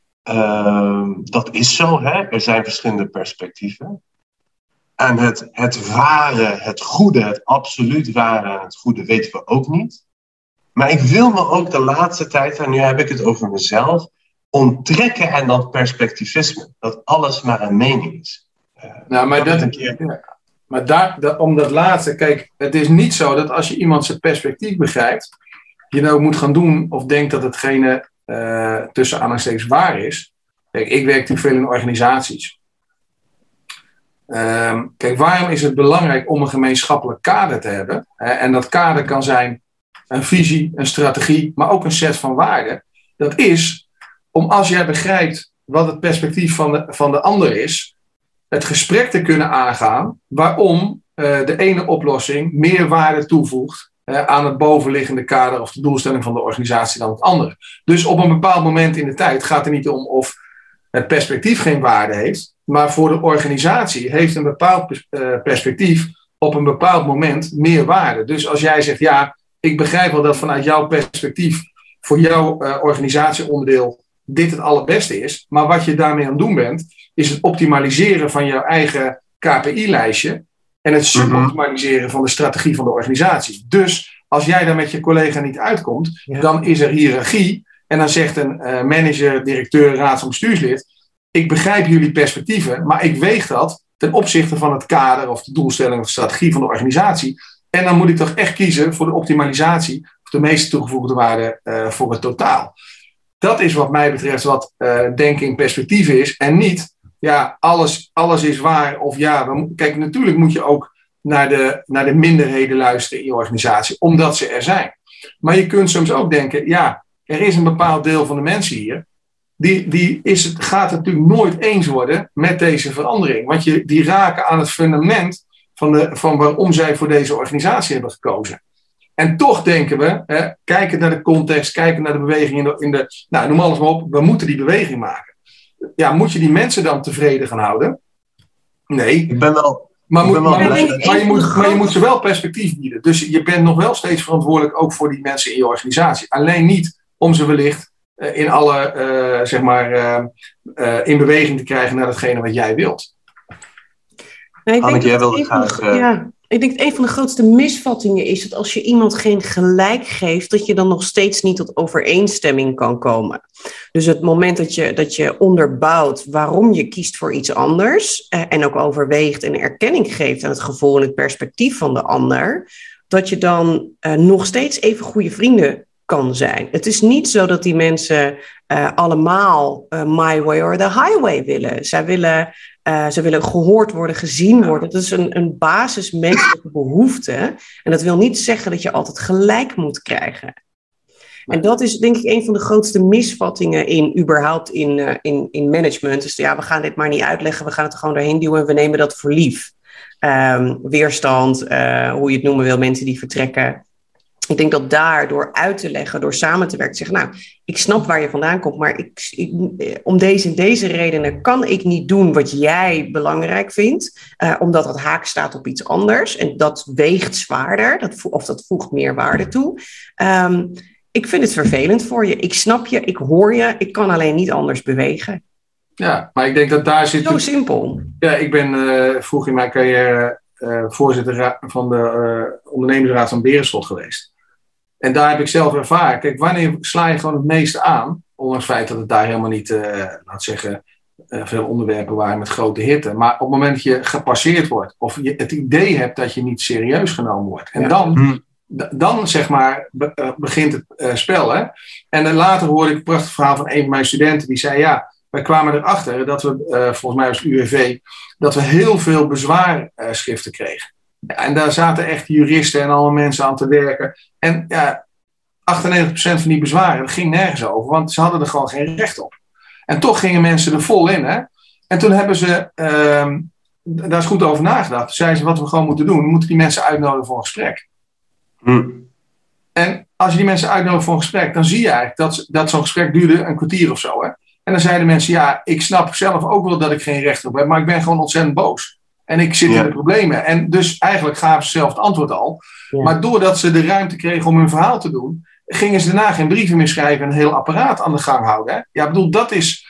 uh, dat is zo. Hè? Er zijn verschillende perspectieven. En het, het ware, het goede, het absoluut ware en het goede weten we ook niet. Maar ik wil me ook de laatste tijd, en nu heb ik het over mezelf, onttrekken aan dat perspectivisme. Dat alles maar een mening is. Uh, nou, maar dat, een keer... ja. Maar daar, dat, om dat laatste, kijk, het is niet zo dat als je iemand zijn perspectief begrijpt, je nou moet gaan doen of denkt dat hetgene uh, tussen aanhalingstekens waar is. Kijk, ik werk natuurlijk veel in organisaties. Um, kijk, waarom is het belangrijk om een gemeenschappelijk kader te hebben? Hè? En dat kader kan zijn een visie, een strategie, maar ook een set van waarden. Dat is om als jij begrijpt wat het perspectief van de, van de ander is, het gesprek te kunnen aangaan waarom uh, de ene oplossing meer waarde toevoegt uh, aan het bovenliggende kader of de doelstelling van de organisatie dan het andere. Dus op een bepaald moment in de tijd gaat het niet om of het perspectief geen waarde heeft, maar voor de organisatie heeft een bepaald uh, perspectief op een bepaald moment meer waarde. Dus als jij zegt, ja, ik begrijp wel dat vanuit jouw perspectief voor jouw uh, organisatieonderdeel dit het allerbeste is, maar wat je daarmee aan het doen bent, is het optimaliseren van jouw eigen K P I-lijstje en het suboptimaliseren van de strategie van de organisatie. Dus als jij daar met je collega niet uitkomt, ja. dan is er hiërarchie en dan zegt een uh, manager, directeur, raads- of bestuurslid, ik begrijp jullie perspectieven, maar ik weeg dat ten opzichte van het kader of de doelstelling of de strategie van de organisatie. En dan moet ik toch echt kiezen voor de optimalisatie of de meeste toegevoegde waarde uh, voor het totaal. Dat is wat mij betreft wat uh, denken in perspectief is en niet, ja, alles, alles is waar of ja, we, kijk, natuurlijk moet je ook naar de, naar de minderheden luisteren in je organisatie, omdat ze er zijn. Maar je kunt soms ook denken, ja, er is een bepaald deel van de mensen hier, die, die is, gaat het natuurlijk nooit eens worden met deze verandering. Want je, die raken aan het fundament van, de, van waarom zij voor deze organisatie hebben gekozen. En toch denken we, hè, kijken naar de context, kijken naar de beweging in de, in de, nou, noem alles maar op, we moeten die beweging maken. Ja, moet je die mensen dan tevreden gaan houden? Nee. Ik ben wel... Maar, moet, maar, maar, maar, je moet, maar je moet ze wel perspectief bieden. Dus je bent nog wel steeds verantwoordelijk ook voor die mensen in je organisatie. Alleen niet om ze wellicht uh, in alle, uh, zeg maar, uh, uh, in beweging te krijgen naar datgene wat jij wilt. Nou, ik Anneke, jij wilde graag... Uh... Ja, ik denk dat een van de grootste misvattingen is dat als je iemand geen gelijk geeft, dat je dan nog steeds niet tot overeenstemming kan komen. Dus het moment dat je, dat je onderbouwt waarom je kiest voor iets anders eh, en ook overweegt en erkenning geeft aan het gevoel en het perspectief van de ander, dat je dan eh, nog steeds even goede vrienden kan zijn. Het is niet zo dat die mensen uh, allemaal uh, my way or the highway willen. Zij willen, uh, zij willen gehoord worden, gezien worden. Dat is een, een basismenselijke behoefte. En dat wil niet zeggen dat je altijd gelijk moet krijgen. En dat is denk ik een van de grootste misvattingen in überhaupt in, uh, in, in management. Dus ja, we gaan dit maar niet uitleggen. We gaan het er gewoon doorheen duwen en we nemen dat voor lief. Um, weerstand, uh, hoe je het noemen wil, mensen die vertrekken. Ik denk dat daar door uit te leggen, door samen te werken, te zeggen, nou, ik snap waar je vandaan komt, maar ik, ik, om deze en deze redenen kan ik niet doen wat jij belangrijk vindt, uh, omdat het haak staat op iets anders en dat weegt zwaarder, dat, of dat voegt meer waarde toe. Um, ik vind het vervelend voor je. Ik snap je, ik hoor je, ik kan alleen niet anders bewegen. Ja, maar ik denk dat daar zit... Zo het... simpel. Ja, ik ben uh, vroeg in mijn carrière uh, voorzitter van de uh, ondernemersraad van Berenschot geweest. En daar heb ik zelf ervaren. Kijk, wanneer sla je gewoon het meeste aan? Ondanks het feit dat het daar helemaal niet, uh, laat zeggen, uh, veel onderwerpen waren met grote hitte. Maar op het moment dat je gepasseerd wordt, of je het idee hebt dat je niet serieus genomen wordt. En ja. dan, hmm. d- dan, zeg maar, be- uh, begint het uh, spel. Hè? En uh, later hoorde ik een prachtig verhaal van een van mijn studenten. Die zei, ja, wij kwamen erachter dat we, uh, volgens mij als U W V, dat we heel veel bezwaarschriften uh, kregen. Ja, en daar zaten echt juristen en allemaal mensen aan te werken. En ja, achtennegentig procent van die bezwaren, dat ging nergens over. Want ze hadden er gewoon geen recht op. En toch gingen mensen er vol in. Hè? En toen hebben ze, uh, daar is goed over nagedacht. Toen zeiden ze, wat we gewoon moeten doen, we moeten die mensen uitnodigen voor een gesprek. Hmm. En als je die mensen uitnodigt voor een gesprek, dan zie je eigenlijk dat, dat zo'n gesprek duurde een kwartier of zo. Hè? En dan zeiden mensen, ja, ik snap zelf ook wel dat ik geen recht op heb, maar ik ben gewoon ontzettend boos. En ik zit ja. in de problemen. En dus eigenlijk gaven ze zelf het antwoord al. Ja. Maar doordat ze de ruimte kregen om hun verhaal te doen, gingen ze daarna geen brieven meer schrijven en een heel apparaat aan de gang houden. Hè? Ja, ik bedoel, dat is...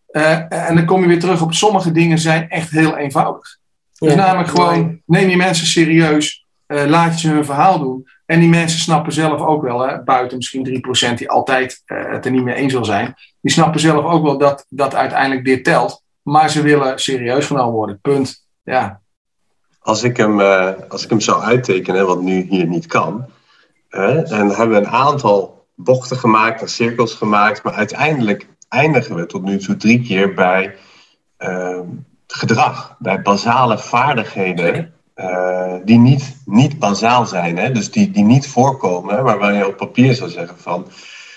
Uh, en dan kom je weer terug op sommige dingen zijn echt heel eenvoudig. Ja. Dus namelijk gewoon, neem je mensen serieus, uh, laat je ze hun verhaal doen. En die mensen snappen zelf ook wel, hè, buiten misschien drie procent die altijd uh, het er niet mee eens wil zijn, die snappen zelf ook wel dat, dat uiteindelijk dit telt. Maar ze willen serieus genomen worden, punt. Ja. Als ik hem, uh, als ik hem zou uittekenen, wat nu hier niet kan, uh, en hebben we een aantal bochten gemaakt en cirkels gemaakt, maar uiteindelijk eindigen we tot nu toe drie keer bij uh, gedrag, bij basale vaardigheden uh, die niet, niet bazaal zijn, hè? Dus die, die niet voorkomen, hè? Waarbij je op papier zou zeggen van,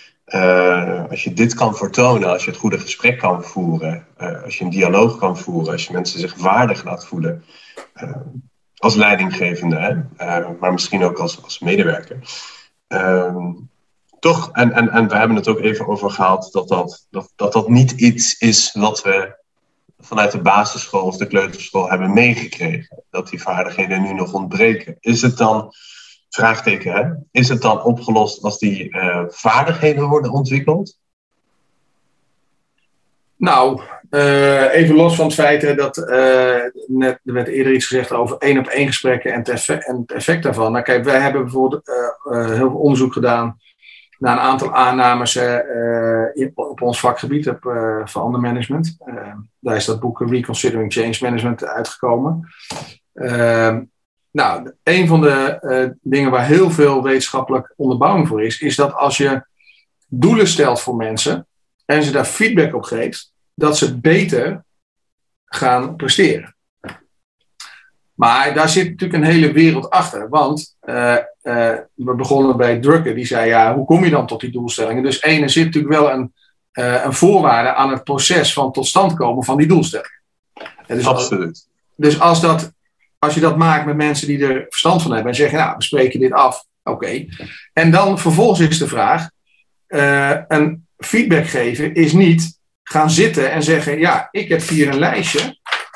Uh, als je dit kan vertonen, als je het goede gesprek kan voeren, uh, als je een dialoog kan voeren, als je mensen zich waardig laat voelen, uh, als leidinggevende, hè? Uh, maar misschien ook als, als medewerker. Uh, toch, en, en, en we hebben het ook even over gehad, dat dat, dat, dat dat niet iets is wat we vanuit de basisschool of de kleuterschool hebben meegekregen. Dat die vaardigheden nu nog ontbreken. Is het dan... Vraagteken, hè? Is het dan opgelost als die uh, vaardigheden worden ontwikkeld? Nou, uh, even los van het feit dat uh, net, er werd eerder iets gezegd over één op één gesprekken en het effect, en het effect daarvan. Nou kijk, wij hebben bijvoorbeeld uh, uh, heel veel onderzoek gedaan na een aantal aannames uh, in, op ons vakgebied, op uh, verandermanagement. Uh, daar is dat boek Reconsidering Change Management uitgekomen. Uh, nou, een van de uh, dingen waar heel veel wetenschappelijk onderbouwing voor is, is dat als je doelen stelt voor mensen en ze daar feedback op geeft, dat ze beter gaan presteren. Maar daar zit natuurlijk een hele wereld achter. Want uh, uh, we begonnen bij Drucker. Die zei, ja, hoe kom je dan tot die doelstellingen? Dus één, er zit natuurlijk wel een, uh, een voorwaarde aan het proces van tot stand komen van die doelstellingen. Dus Absoluut. Als, dus als, dat, als je dat maakt met mensen die er verstand van hebben en zeggen, nou, we spreken dit af. Oké. Okay. En dan vervolgens is de vraag, uh, een feedback geven is niet gaan zitten en zeggen, ja, ik heb hier een lijstje.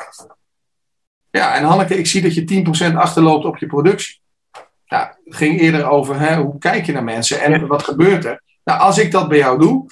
Ja, en Hanneke, ik zie dat je tien procent achterloopt op je productie. Ja, het ging eerder over hè, hoe kijk je naar mensen en wat gebeurt er. Nou, als ik dat bij jou doe,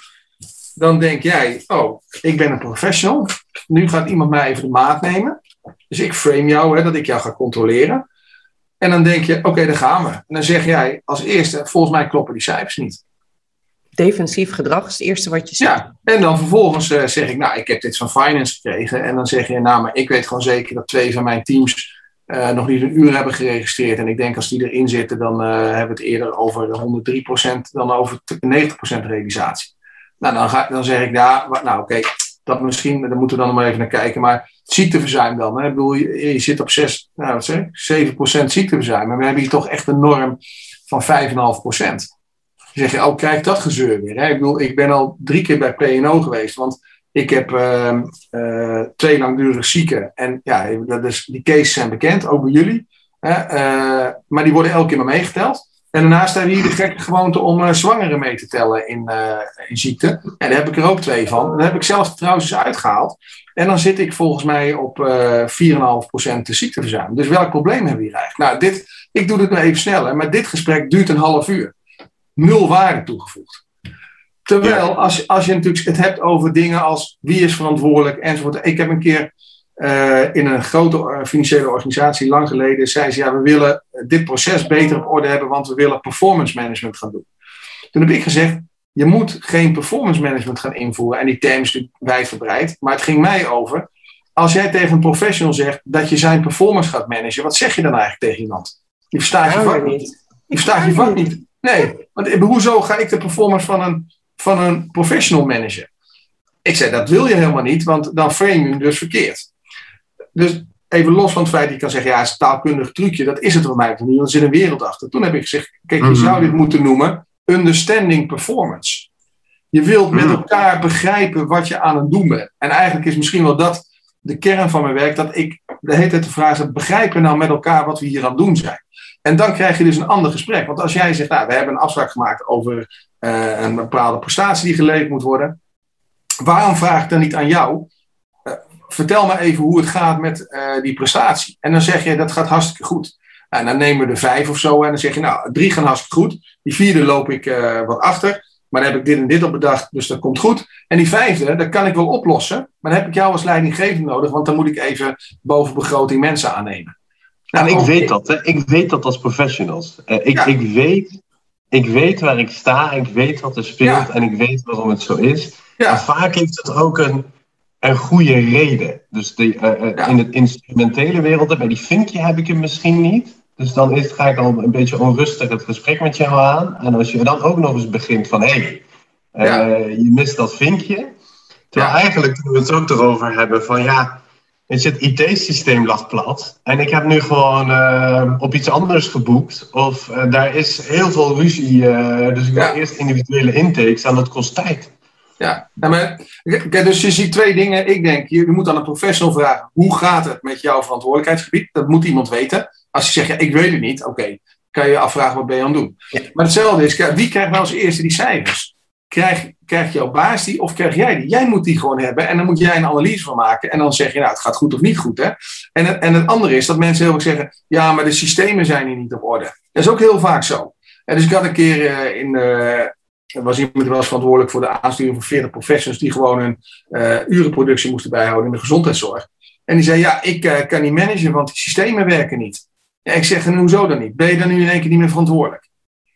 dan denk jij, oh, ik ben een professional. Nu gaat iemand mij even de maat nemen. Dus ik frame jou, hè, dat ik jou ga controleren. En dan denk je, oké, okay, daar gaan we. En dan zeg jij als eerste, volgens mij kloppen die cijfers niet. Defensief gedrag is het eerste wat je zegt. Ja, en dan vervolgens uh, zeg ik, nou, ik heb dit van finance gekregen. En dan zeg je, nou, maar ik weet gewoon zeker dat twee van mijn teams uh, nog niet een uur hebben geregistreerd. En ik denk als die erin zitten, dan uh, hebben we het eerder over de honderd drie procent dan over negentig procent realisatie. Nou, dan, ga, dan zeg ik, ja, nou, oké, okay, dat misschien, daar moeten we dan nog maar even naar kijken. Maar ziekteverzuim dan, hè? Ik bedoel, je, je zit op zes, nou, wat zeg ik, zeven procent ziekteverzuim. Maar we hebben hier toch echt een norm van vijf komma vijf procent. Dan zeg je, oh, krijg dat gezeur weer. Hè? Ik bedoel, ik ben al drie keer bij P en O geweest, want ik heb uh, uh, twee langdurig zieken. En ja, dat is, die cases zijn bekend, ook bij jullie. Hè? Uh, maar die worden elke keer maar meegeteld. En daarnaast hebben we hier de gekke gewoonte om uh, zwangeren mee te tellen in, uh, in ziekte. En daar heb ik er ook twee van. Dat heb ik zelf trouwens eens uitgehaald. En dan zit ik volgens mij op uh, vier komma vijf procent ziekteverzuim. Dus welk probleem hebben we hier eigenlijk? Nou, dit, ik doe het nu even sneller, maar dit gesprek duurt een half uur. Nul waarde toegevoegd. Terwijl, ja. als, als je natuurlijk het hebt over dingen als wie is verantwoordelijk enzovoort. Ik heb een keer uh, in een grote financiële organisatie lang geleden zei ze, ja, we willen dit proces beter op orde hebben, want we willen performance management gaan doen. Toen heb ik gezegd, je moet geen performance management gaan invoeren. En die term is natuurlijk wijdverbreid. Maar het ging mij over, als jij tegen een professional zegt dat je zijn performance gaat managen, wat zeg je dan eigenlijk tegen iemand? Je verstaat je vak niet. Je verstaat je vak niet. Nee, want hoezo ga ik de performance van een, van een professional managen? Ik zei, dat wil je helemaal niet, want dan frame je hem dus verkeerd. Dus even los van het feit dat je kan zeggen, ja, het is een taalkundig trucje, dat is het voor mij niet, want er zit een wereld achter. Toen heb ik gezegd, kijk, je zou dit moeten noemen understanding performance. Je wilt met elkaar begrijpen wat je aan het doen bent. En eigenlijk is misschien wel dat de kern van mijn werk, dat ik de hele tijd de vraag heb, begrijpen nou met elkaar wat we hier aan het doen zijn. En dan krijg je dus een ander gesprek. Want als jij zegt, nou, we hebben een afspraak gemaakt over uh, een bepaalde prestatie die geleverd moet worden. Waarom vraag ik dan niet aan jou? Uh, vertel me even hoe het gaat met uh, die prestatie. En dan zeg je, dat gaat hartstikke goed. En dan nemen we er vijf of zo. En dan zeg je, nou, drie gaan hartstikke goed. Die vierde loop ik uh, wat achter. Maar dan heb ik dit en dit op bedacht, dus dat komt goed. En die vijfde, dat kan ik wel oplossen. Maar dan heb ik jou als leidinggevende nodig. Want dan moet ik even boven begroting mensen aannemen. Nou, en ik weet dat, hè. Ik weet dat als professionals. Uh, ik, ja. ik, weet, ik weet waar ik sta, ik weet wat er speelt ja. en ik weet waarom het zo is. Ja. En vaak heeft het ook een, een goede reden. Dus de, uh, uh, ja. in het instrumentele wereld, bij die vinkje heb ik hem misschien niet. Dus dan is, ga ik al een beetje onrustig het gesprek met jou aan. En als je dan ook nog eens begint van, hé, hey, uh, ja. je mist dat vinkje. Terwijl ja. eigenlijk, toen we het ook erover hebben van, ja, weet je, het I T-systeem lag plat. En ik heb nu gewoon uh, op iets anders geboekt. Of uh, daar is heel veel ruzie. Uh, dus ik wil ja. eerst individuele intakes en dat kost tijd. Ja, ja maar, kijk, dus je ziet twee dingen. Ik denk, je moet aan een professional vragen, hoe gaat het met jouw verantwoordelijkheidsgebied? Dat moet iemand weten. Als je zegt, ja, ik weet het niet, oké, okay, kan je je afvragen, wat ben je aan het doen? Ja. Maar hetzelfde is, wie krijgt nou als eerste die cijfers? Krijg, krijgt jouw baas die of krijg jij die? Jij moet die gewoon hebben en dan moet jij een analyse van maken. En dan zeg je, nou, het gaat goed of niet goed. Hè? En, het, en het andere is dat mensen heel vaak zeggen, ja, maar de systemen zijn hier niet op orde. Dat is ook heel vaak zo. En dus ik had een keer uh, in... Uh, Er was iemand die was verantwoordelijk voor de aansturing van veertig professionals die gewoon een uh, urenproductie moesten bijhouden in de gezondheidszorg. En die zei, ja, ik uh, kan niet managen, want die systemen werken niet. Ja, ik zeg, en hoezo dan niet? Ben je dan nu in één keer niet meer verantwoordelijk?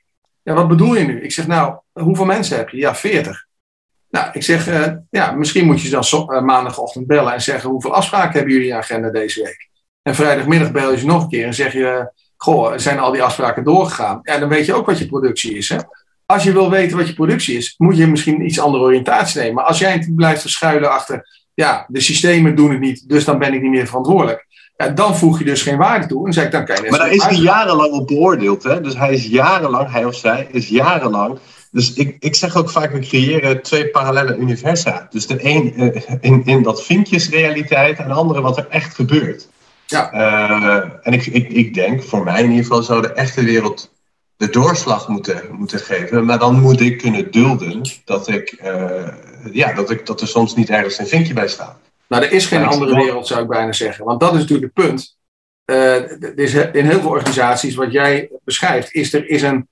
Ja, wat bedoel je nu? Ik zeg, nou, hoeveel mensen heb je? Ja, veertig. Nou, ik zeg, uh, ja, misschien moet je dan so- uh, maandagochtend bellen en zeggen, hoeveel afspraken hebben jullie in je agenda deze week? En vrijdagmiddag bel je ze nog een keer en zeg je, goh, zijn al die afspraken doorgegaan? Ja, dan weet je ook wat je productie is, hè? Als je wil weten wat je productie is, moet je misschien een iets andere oriëntatie nemen. Maar als jij blijft verschuilen achter, ja, de systemen doen het niet, dus dan ben ik niet meer verantwoordelijk. Ja, dan voeg je dus geen waarde toe. En dan zeg ik, dan kan je net maar daar is hij jarenlang op beoordeeld. Hè? Dus hij is jarenlang, hij of zij is jarenlang. Dus ik, ik zeg ook vaak, we creëren twee parallele universa. Dus de een uh, in, in dat vinkjesrealiteit en de andere wat er echt gebeurt. Ja. Uh, en ik, ik, ik denk, voor mij in ieder geval, zou de echte wereld de doorslag moeten, moeten geven. Maar dan moet ik kunnen dulden dat, ik, uh, ja, dat, ik, dat er soms niet ergens een vinkje bij staat. Nou, er is geen andere wereld, zou ik bijna zeggen. Want dat is natuurlijk het punt. Uh, er is in heel veel organisaties, wat jij beschrijft, is er is een...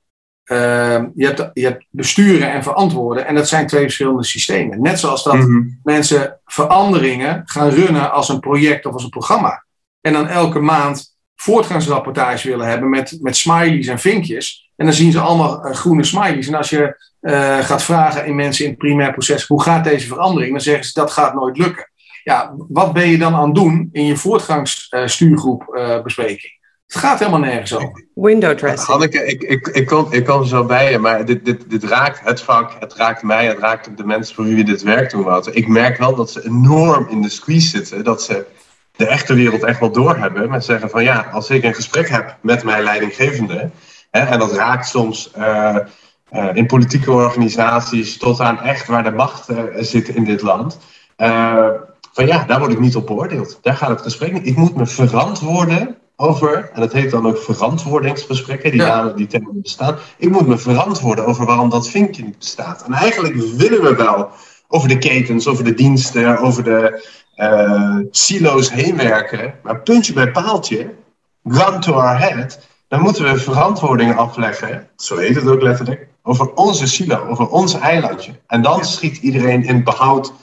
Uh, je, hebt, je hebt besturen en verantwoorden. En dat zijn twee verschillende systemen. Net zoals dat mm-hmm. mensen veranderingen gaan runnen als een project of als een programma. En dan elke maand voortgangsrapportage willen hebben met, met smileys en vinkjes. En dan zien ze allemaal uh, groene smileys. En als je uh, gaat vragen in mensen in het primair proces, hoe gaat deze verandering? Dan zeggen ze, dat gaat nooit lukken. Ja, wat ben je dan aan het doen in je voortgangsstuurgroep uh, bespreking? Het gaat helemaal nergens over. Window dressing. Hanneke, ik, ik, ik, kom, ik kom zo bij je, maar dit, dit, dit raakt het vak, het raakt mij, het raakt ook de mensen voor wie we dit werk doen. Wouter. Ik merk wel dat ze enorm in de squeeze zitten, dat ze de echte wereld echt wel doorhebben. Met zeggen van ja, als ik een gesprek heb met mijn leidinggevende, hè, en dat raakt soms uh, uh, in politieke organisaties tot aan echt waar de macht uh, zit in dit land. Uh, van ja, daar word ik niet op beoordeeld. Daar gaat het gesprek niet. Ik moet me verantwoorden over, en dat heet dan ook verantwoordingsgesprekken, die, ja. die termen bestaan. Ik moet me verantwoorden over waarom dat vinkje niet bestaat. En eigenlijk willen we wel over de ketens, over de diensten, over de uh, silo's heen werken. Maar puntje bij paaltje, gun to our head, dan moeten we verantwoordingen afleggen, zo heet het ook letterlijk, over onze silo, over ons eilandje. En dan schiet iedereen in behoud,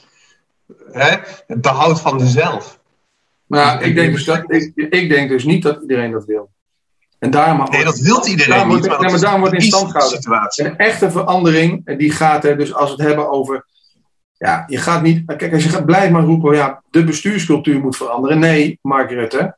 hè, het behoud van zelf. Maar ik denk, dus dat, ik, ik denk dus niet dat iedereen dat wil. En daarom nee, dat wil iedereen daarom niet. Wordt, maar nee, maar daarom wordt in stand gehouden. Situatie. Een echte verandering, die gaat er dus als we het hebben over... Ja, je gaat niet... Kijk, als je gaat blijven maar roepen, ja, de bestuurscultuur moet veranderen. Nee, Mark Rutte,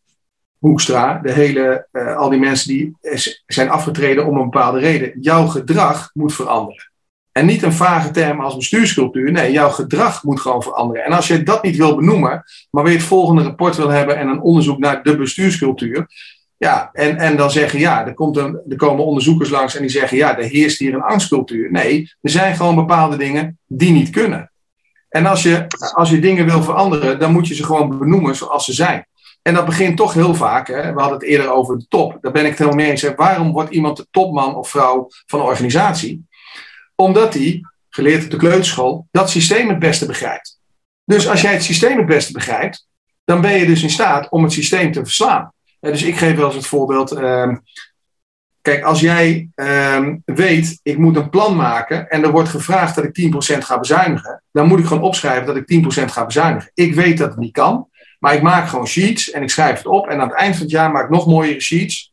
Hoekstra, de hele, uh, al die mensen die zijn afgetreden om een bepaalde reden. Jouw gedrag moet veranderen. En niet een vage term als bestuurscultuur. Nee, jouw gedrag moet gewoon veranderen. En als je dat niet wil benoemen, maar weer het volgende rapport wil hebben en een onderzoek naar de bestuurscultuur. Ja, en, en dan zeggen, ja, er, komt een, er komen onderzoekers langs en die zeggen, ja, er heerst hier een angstcultuur. Nee, er zijn gewoon bepaalde dingen die niet kunnen. En als je, als je dingen wil veranderen, dan moet je ze gewoon benoemen zoals ze zijn. En dat begint toch heel vaak, hè? We hadden het eerder over de top. Daar ben ik het helemaal mee eens. Hè? Waarom wordt iemand de topman of vrouw van een organisatie? Omdat hij, geleerd op de kleuterschool, dat systeem het beste begrijpt. Dus als jij het systeem het beste begrijpt, dan ben je dus in staat om het systeem te verslaan. Dus ik geef wel eens het voorbeeld. Um, kijk, als jij um, weet, ik moet een plan maken en er wordt gevraagd dat ik tien procent ga bezuinigen, dan moet ik gewoon opschrijven dat ik tien procent ga bezuinigen. Ik weet dat het niet kan, maar ik maak gewoon sheets en ik schrijf het op en aan het eind van het jaar maak ik nog mooiere sheets.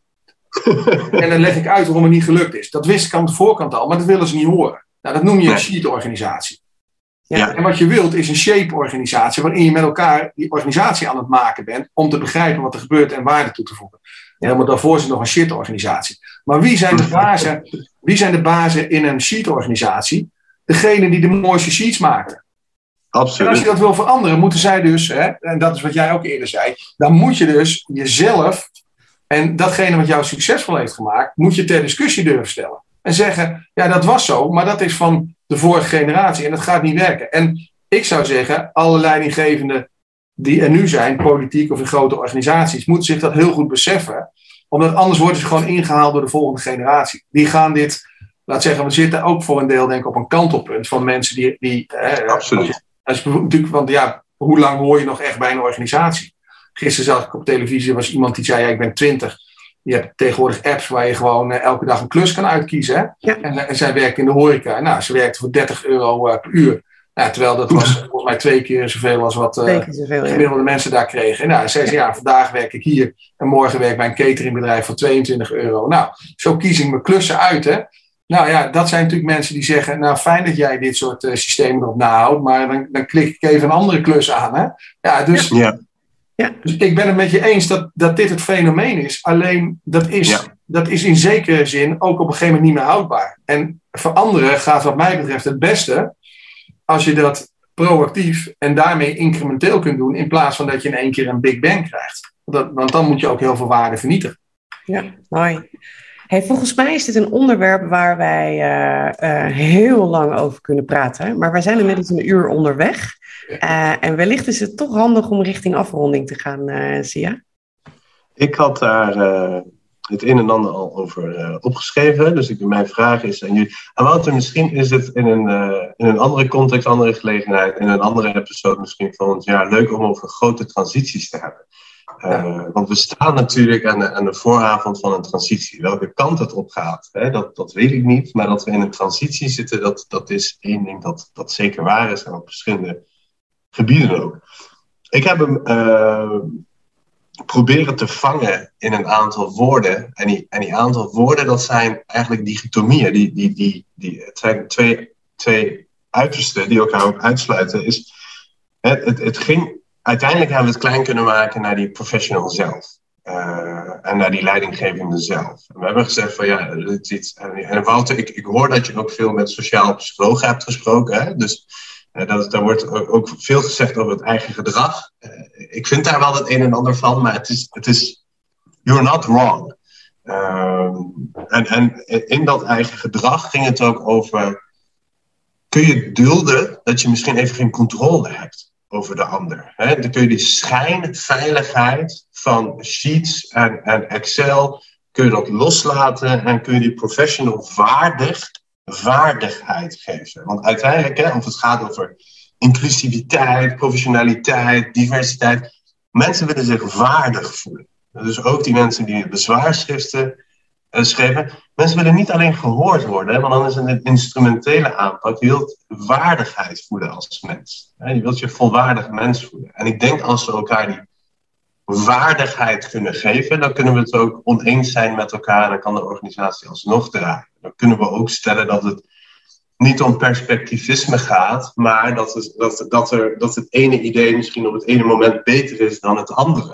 En dan leg ik uit waarom het niet gelukt is. Dat wist ik aan de voorkant al, maar dat willen ze niet horen. Nou, dat noem je een sheet-organisatie. Ja. En wat je wilt is een shape-organisatie, waarin je met elkaar die organisatie aan het maken bent, om te begrijpen wat er gebeurt en waarde toe te voegen. En helemaal daarvoor is het nog een shit-organisatie. Maar wie zijn de bazen, wie zijn de bazen in een sheet-organisatie? Degene die de mooiste sheets maken. Absoluut. En als je dat wil veranderen, moeten zij dus, hè, en dat is wat jij ook eerder zei, dan moet je dus jezelf en datgene wat jou succesvol heeft gemaakt, moet je ter discussie durven stellen. En zeggen, ja, dat was zo, maar dat is van de vorige generatie en dat gaat niet werken. En ik zou zeggen, alle leidinggevenden die er nu zijn, politiek of in grote organisaties, moeten zich dat heel goed beseffen. Omdat anders worden ze gewoon ingehaald door de volgende generatie. Die gaan dit, laat zeggen, we zitten ook voor een deel denk ik op een kantelpunt van mensen die... die eh, Absoluut. Als je, natuurlijk, want ja, hoe lang hoor je nog echt bij een organisatie? Gisteren zag ik op televisie, er was iemand die zei, ja, ik ben twintig. Je hebt tegenwoordig apps waar je gewoon uh, elke dag een klus kan uitkiezen. Hè? Ja. En, uh, en zij werkt in de horeca. Nou, ze werkte voor dertig euro uh, per uur. Nou, terwijl dat was volgens mij twee keer zoveel als wat uh, zoveel, gemiddelde ja. mensen daar kregen. En nou, zei ze, ja, vandaag werk ik hier. En morgen werk ik bij een cateringbedrijf voor tweeëntwintig euro. Nou, zo kies ik mijn klussen uit. Hè? Nou ja, dat zijn natuurlijk mensen die zeggen, nou fijn dat jij dit soort uh, systemen erop nahoudt, maar dan, dan klik ik even een andere klus aan. Hè? Ja, dus, ja. Ja. dus ik ben het met je eens dat, dat dit het fenomeen is. Alleen dat is, ja. dat is in zekere zin ook op een gegeven moment niet meer houdbaar. En voor anderen gaat wat mij betreft het beste als je dat proactief en daarmee incrementeel kunt doen, in plaats van dat je in één keer een Big Bang krijgt. Dat, want dan moet je ook heel veel waarde vernietigen. Ja, mooi. Hey, volgens mij is dit een onderwerp waar wij uh, uh, heel lang over kunnen praten. Maar wij zijn inmiddels een uur onderweg. Uh, en wellicht is het toch handig om richting afronding te gaan, uh, Sia. Ik had daar uh, het een en ander al over uh, opgeschreven. Dus ik, mijn vraag is aan jullie. En Wouter, misschien is het in een, uh, in een andere context, andere gelegenheid, in een andere episode misschien volgend jaar leuk om over grote transities te hebben. Uh, want we staan natuurlijk aan de, aan de vooravond van een transitie. Welke kant het op gaat, hè, dat, dat weet ik niet. Maar dat we in een transitie zitten, dat, dat is één ding dat, dat zeker waar is. En op verschillende gebieden ook. Ik heb hem uh, proberen te vangen in een aantal woorden. En die, en die aantal woorden, dat zijn eigenlijk dichotomieën. Die, die, die, die, het zijn twee, twee uitersten die elkaar ook uitsluiten. Is, het, het, het ging... Uiteindelijk hebben we het klein kunnen maken naar die professional zelf. Uh, en naar die leidinggevende zelf. En we hebben gezegd van ja, dit is iets. En Wouter, ik, ik hoor dat je ook veel met sociaal psychologen hebt gesproken. Hè? Dus uh, dat, daar wordt ook, ook veel gezegd over het eigen gedrag. Uh, ik vind daar wel het een en ander van, maar het is, het is you're not wrong. Uh, en, en in dat eigen gedrag ging het ook over, kun je dulden dat je misschien even geen controle hebt over de ander. Hè? Dan kun je die schijnveiligheid van Sheets en, en Excel, kun je dat loslaten en kun je die professional vaardig, vaardigheid geven. Want uiteindelijk, hè, of het gaat over inclusiviteit, professionaliteit, diversiteit, mensen willen zich vaardig voelen. Dus ook die mensen die bezwaarschriften uh, schrijven, mensen willen niet alleen gehoord worden, hè, want dan is het een instrumentele aanpak. Je wilt waardigheid voelen als mens. Hè, je wilt je volwaardig mens voelen. En ik denk als we elkaar die waardigheid kunnen geven, dan kunnen we het ook oneens zijn met elkaar en dan kan de organisatie alsnog draaien. Dan kunnen we ook stellen dat het niet om perspectivisme gaat, maar dat het, dat, dat er, dat het ene idee misschien op het ene moment beter is dan het andere.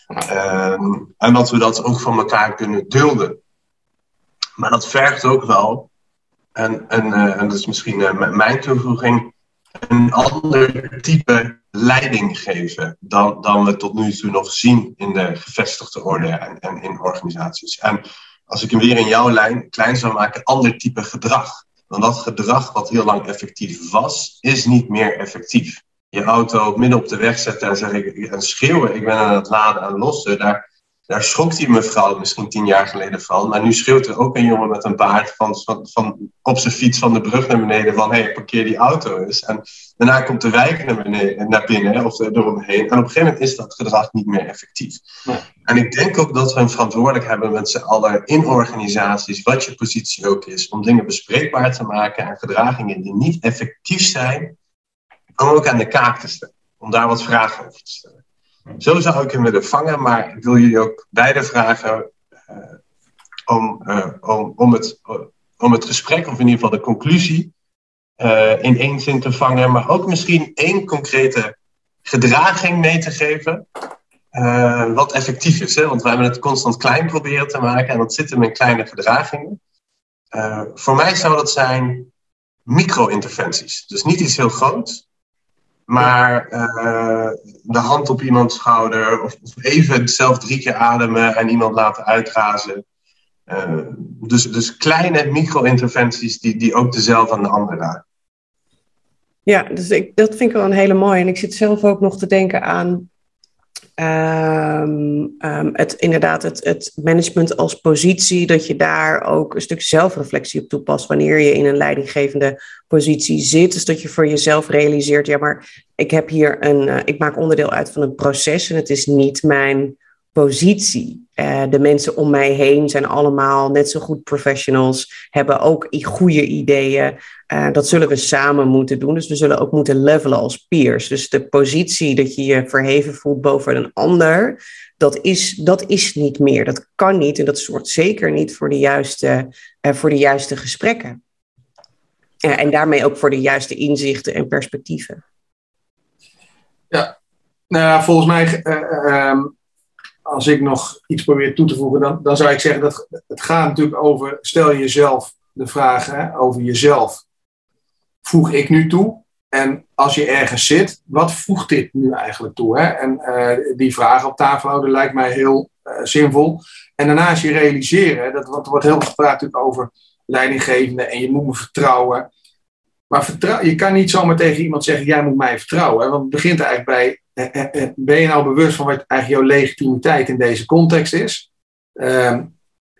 Um, en dat we dat ook van elkaar kunnen dulden. Maar dat vergt ook wel, en, en, uh, en dat is misschien uh, mijn toevoeging, een ander type leiding geven dan, dan we tot nu toe nog zien in de gevestigde orde en, en in organisaties. En als ik hem weer in jouw lijn klein zou maken, ander type gedrag. Want dat gedrag wat heel lang effectief was, is niet meer effectief. Je auto midden op de weg zetten en, zeggen, en schreeuwen, ik ben aan het laden en lossen, daar, daar schrok die mevrouw misschien tien jaar geleden van. Maar nu schreeuwt er ook een jongen met een baard van, van, van op zijn fiets van de brug naar beneden van hé, hey, parkeer die auto eens. En daarna komt de wijk naar, beneden, naar binnen of eromheen. En op een gegeven moment is dat gedrag niet meer effectief. Ja. En ik denk ook dat we een verantwoordelijk hebben met z'n allen in organisaties, wat je positie ook is, om dingen bespreekbaar te maken en gedragingen die niet effectief zijn, om ook aan de kaak te stellen. Om daar wat vragen over te stellen. Zo zou ik hem willen vangen, maar ik wil jullie ook beide vragen uh, om, uh, om, om, het, uh, om het gesprek, of in ieder geval de conclusie, uh, in één zin te vangen, maar ook misschien één concrete gedraging mee te geven, uh, wat effectief is. Hè? Want we hebben het constant klein proberen te maken en dat zit hem in kleine gedragingen. Uh, voor mij zou dat zijn micro-interventies. Dus niet iets heel groots, maar uh, de hand op iemands schouder of, of even zelf drie keer ademen en iemand laten uitrazen. Uh, dus, dus kleine micro-interventies die, die ook dezelfde aan de ander raken. Ja, dus ik, dat vind ik wel een hele mooie. En ik zit zelf ook nog te denken aan Um, um, het, inderdaad het, het management als positie, dat je daar ook een stuk zelfreflectie op toepast wanneer je in een leidinggevende positie zit. Dus dat je voor jezelf realiseert, ja, maar ik heb hier een, uh, ik maak onderdeel uit van een proces en het is niet mijn positie. Uh, de mensen om mij heen zijn allemaal net zo goed professionals, hebben ook goede ideeën. Uh, dat zullen we samen moeten doen. Dus we zullen ook moeten levelen als peers. Dus de positie dat je je verheven voelt boven een ander, dat is, dat is niet meer. Dat kan niet en dat zorgt zeker niet voor de juiste, uh, voor de juiste gesprekken. Uh, en daarmee ook voor de juiste inzichten en perspectieven. Ja, nou ja, volgens mij... Uh, um... Als ik nog iets probeer toe te voegen, dan, dan zou ik zeggen dat het gaat natuurlijk over, stel jezelf de vraag hè, over jezelf. Voeg ik nu toe? En als je ergens zit, wat voegt dit nu eigenlijk toe? Hè? En uh, die vraag op tafel houden lijkt mij heel uh, zinvol. En daarnaast je realiseren, dat wordt, wordt heel veel gepraat natuurlijk over leidinggevende en je moet me vertrouwen. Maar vertrouw, je kan niet zomaar tegen iemand zeggen, jij moet mij vertrouwen. Hè? Want het begint eigenlijk bij, ben je nou bewust van wat eigenlijk jouw legitimiteit in deze context is? Um,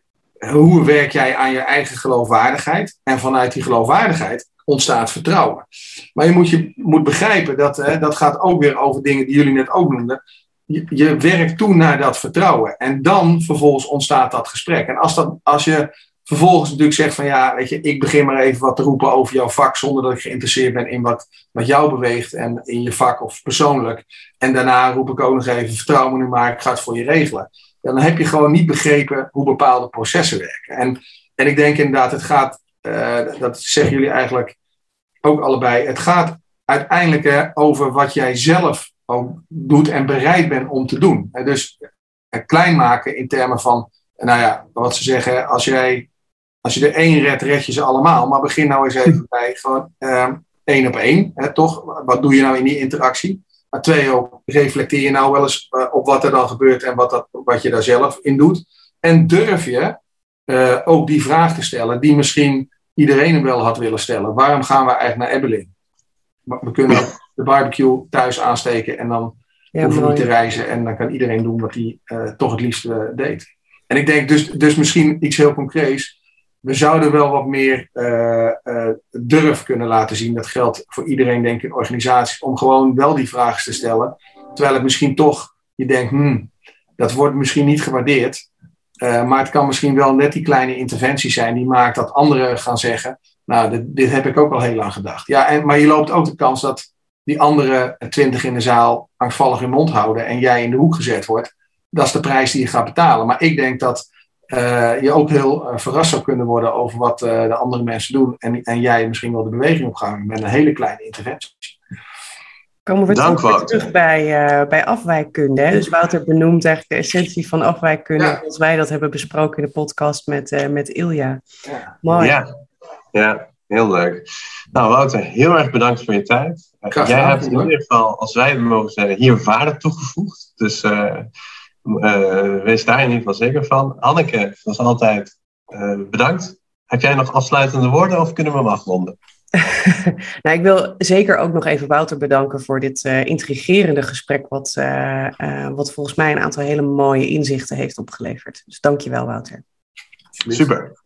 hoe werk jij aan je eigen geloofwaardigheid? En vanuit die geloofwaardigheid ontstaat vertrouwen. Maar je moet, je moet begrijpen, dat, hè, dat gaat ook weer over dingen die jullie net ook noemden. Je, je werkt toe naar dat vertrouwen. En dan vervolgens ontstaat dat gesprek. En als, dat, als je vervolgens natuurlijk zegt van ja, weet je, ik begin maar even wat te roepen over jouw vak zonder dat ik geïnteresseerd ben in wat, wat jou beweegt en in je vak of persoonlijk. En daarna roep ik ook nog even, vertrouw me nu maar, ik ga het voor je regelen. Dan heb je gewoon niet begrepen hoe bepaalde processen werken. En, en ik denk inderdaad, het gaat, uh, dat zeggen jullie eigenlijk ook allebei, het gaat uiteindelijk hè, over wat jij zelf ook doet en bereid bent om te doen. En dus uh, klein maken in termen van, nou ja, wat ze zeggen, als jij Als je er één redt, red je ze allemaal. Maar begin nou eens even bij gewoon uh, één op één. Hè, toch? Wat doe je nou in die interactie? Maar twee ook, reflecteer je nou wel eens uh, op wat er dan gebeurt en wat, dat, wat je daar zelf in doet. En durf je uh, ook die vraag te stellen die misschien iedereen hem wel had willen stellen. Waarom gaan we eigenlijk naar Abilene? We kunnen de barbecue thuis aansteken en dan ja, hoeven we niet te reizen. En dan kan iedereen doen wat hij uh, toch het liefst uh, deed. En ik denk dus, dus misschien iets heel concreets. We zouden wel wat meer uh, uh, durf kunnen laten zien. Dat geldt voor iedereen, denk ik, in organisaties. Om gewoon wel die vragen te stellen. Terwijl het misschien toch, je denkt, hmm, dat wordt misschien niet gewaardeerd. Uh, maar het kan misschien wel net die kleine interventie zijn. Die maakt dat anderen gaan zeggen, nou, dit, dit heb ik ook al heel lang gedacht. Ja, en, maar je loopt ook de kans dat die andere twintig in de zaal angstvallig hun mond houden. En jij in de hoek gezet wordt. Dat is de prijs die je gaat betalen. Maar ik denk dat Uh, je ook heel uh, verrast zou kunnen worden over wat uh, de andere mensen doen. En, en jij misschien wel de beweging opgaan met een hele kleine interventie. Komen we Dank, terug, terug bij, uh, bij afwijkkunde. Hè? Dus Wouter benoemt eigenlijk de essentie van afwijkkunde. Ja. Zoals wij dat hebben besproken in de podcast met, uh, met Ilja. Ja. Mooi. Ja. ja, heel leuk. Nou Wouter, heel erg bedankt voor je tijd. Uh, jij hebt in ieder geval, als wij het mogen zeggen, hier waarde toegevoegd. Dus Uh, Uh, wees daar in ieder geval zeker van. Anneke, zoals altijd, uh, bedankt. Heb jij nog afsluitende woorden of kunnen we hem afronden? nou, ik wil zeker ook nog even Wouter bedanken voor dit uh, intrigerende gesprek, wat, uh, uh, wat volgens mij een aantal hele mooie inzichten heeft opgeleverd. Dus dank je wel, Wouter. Super.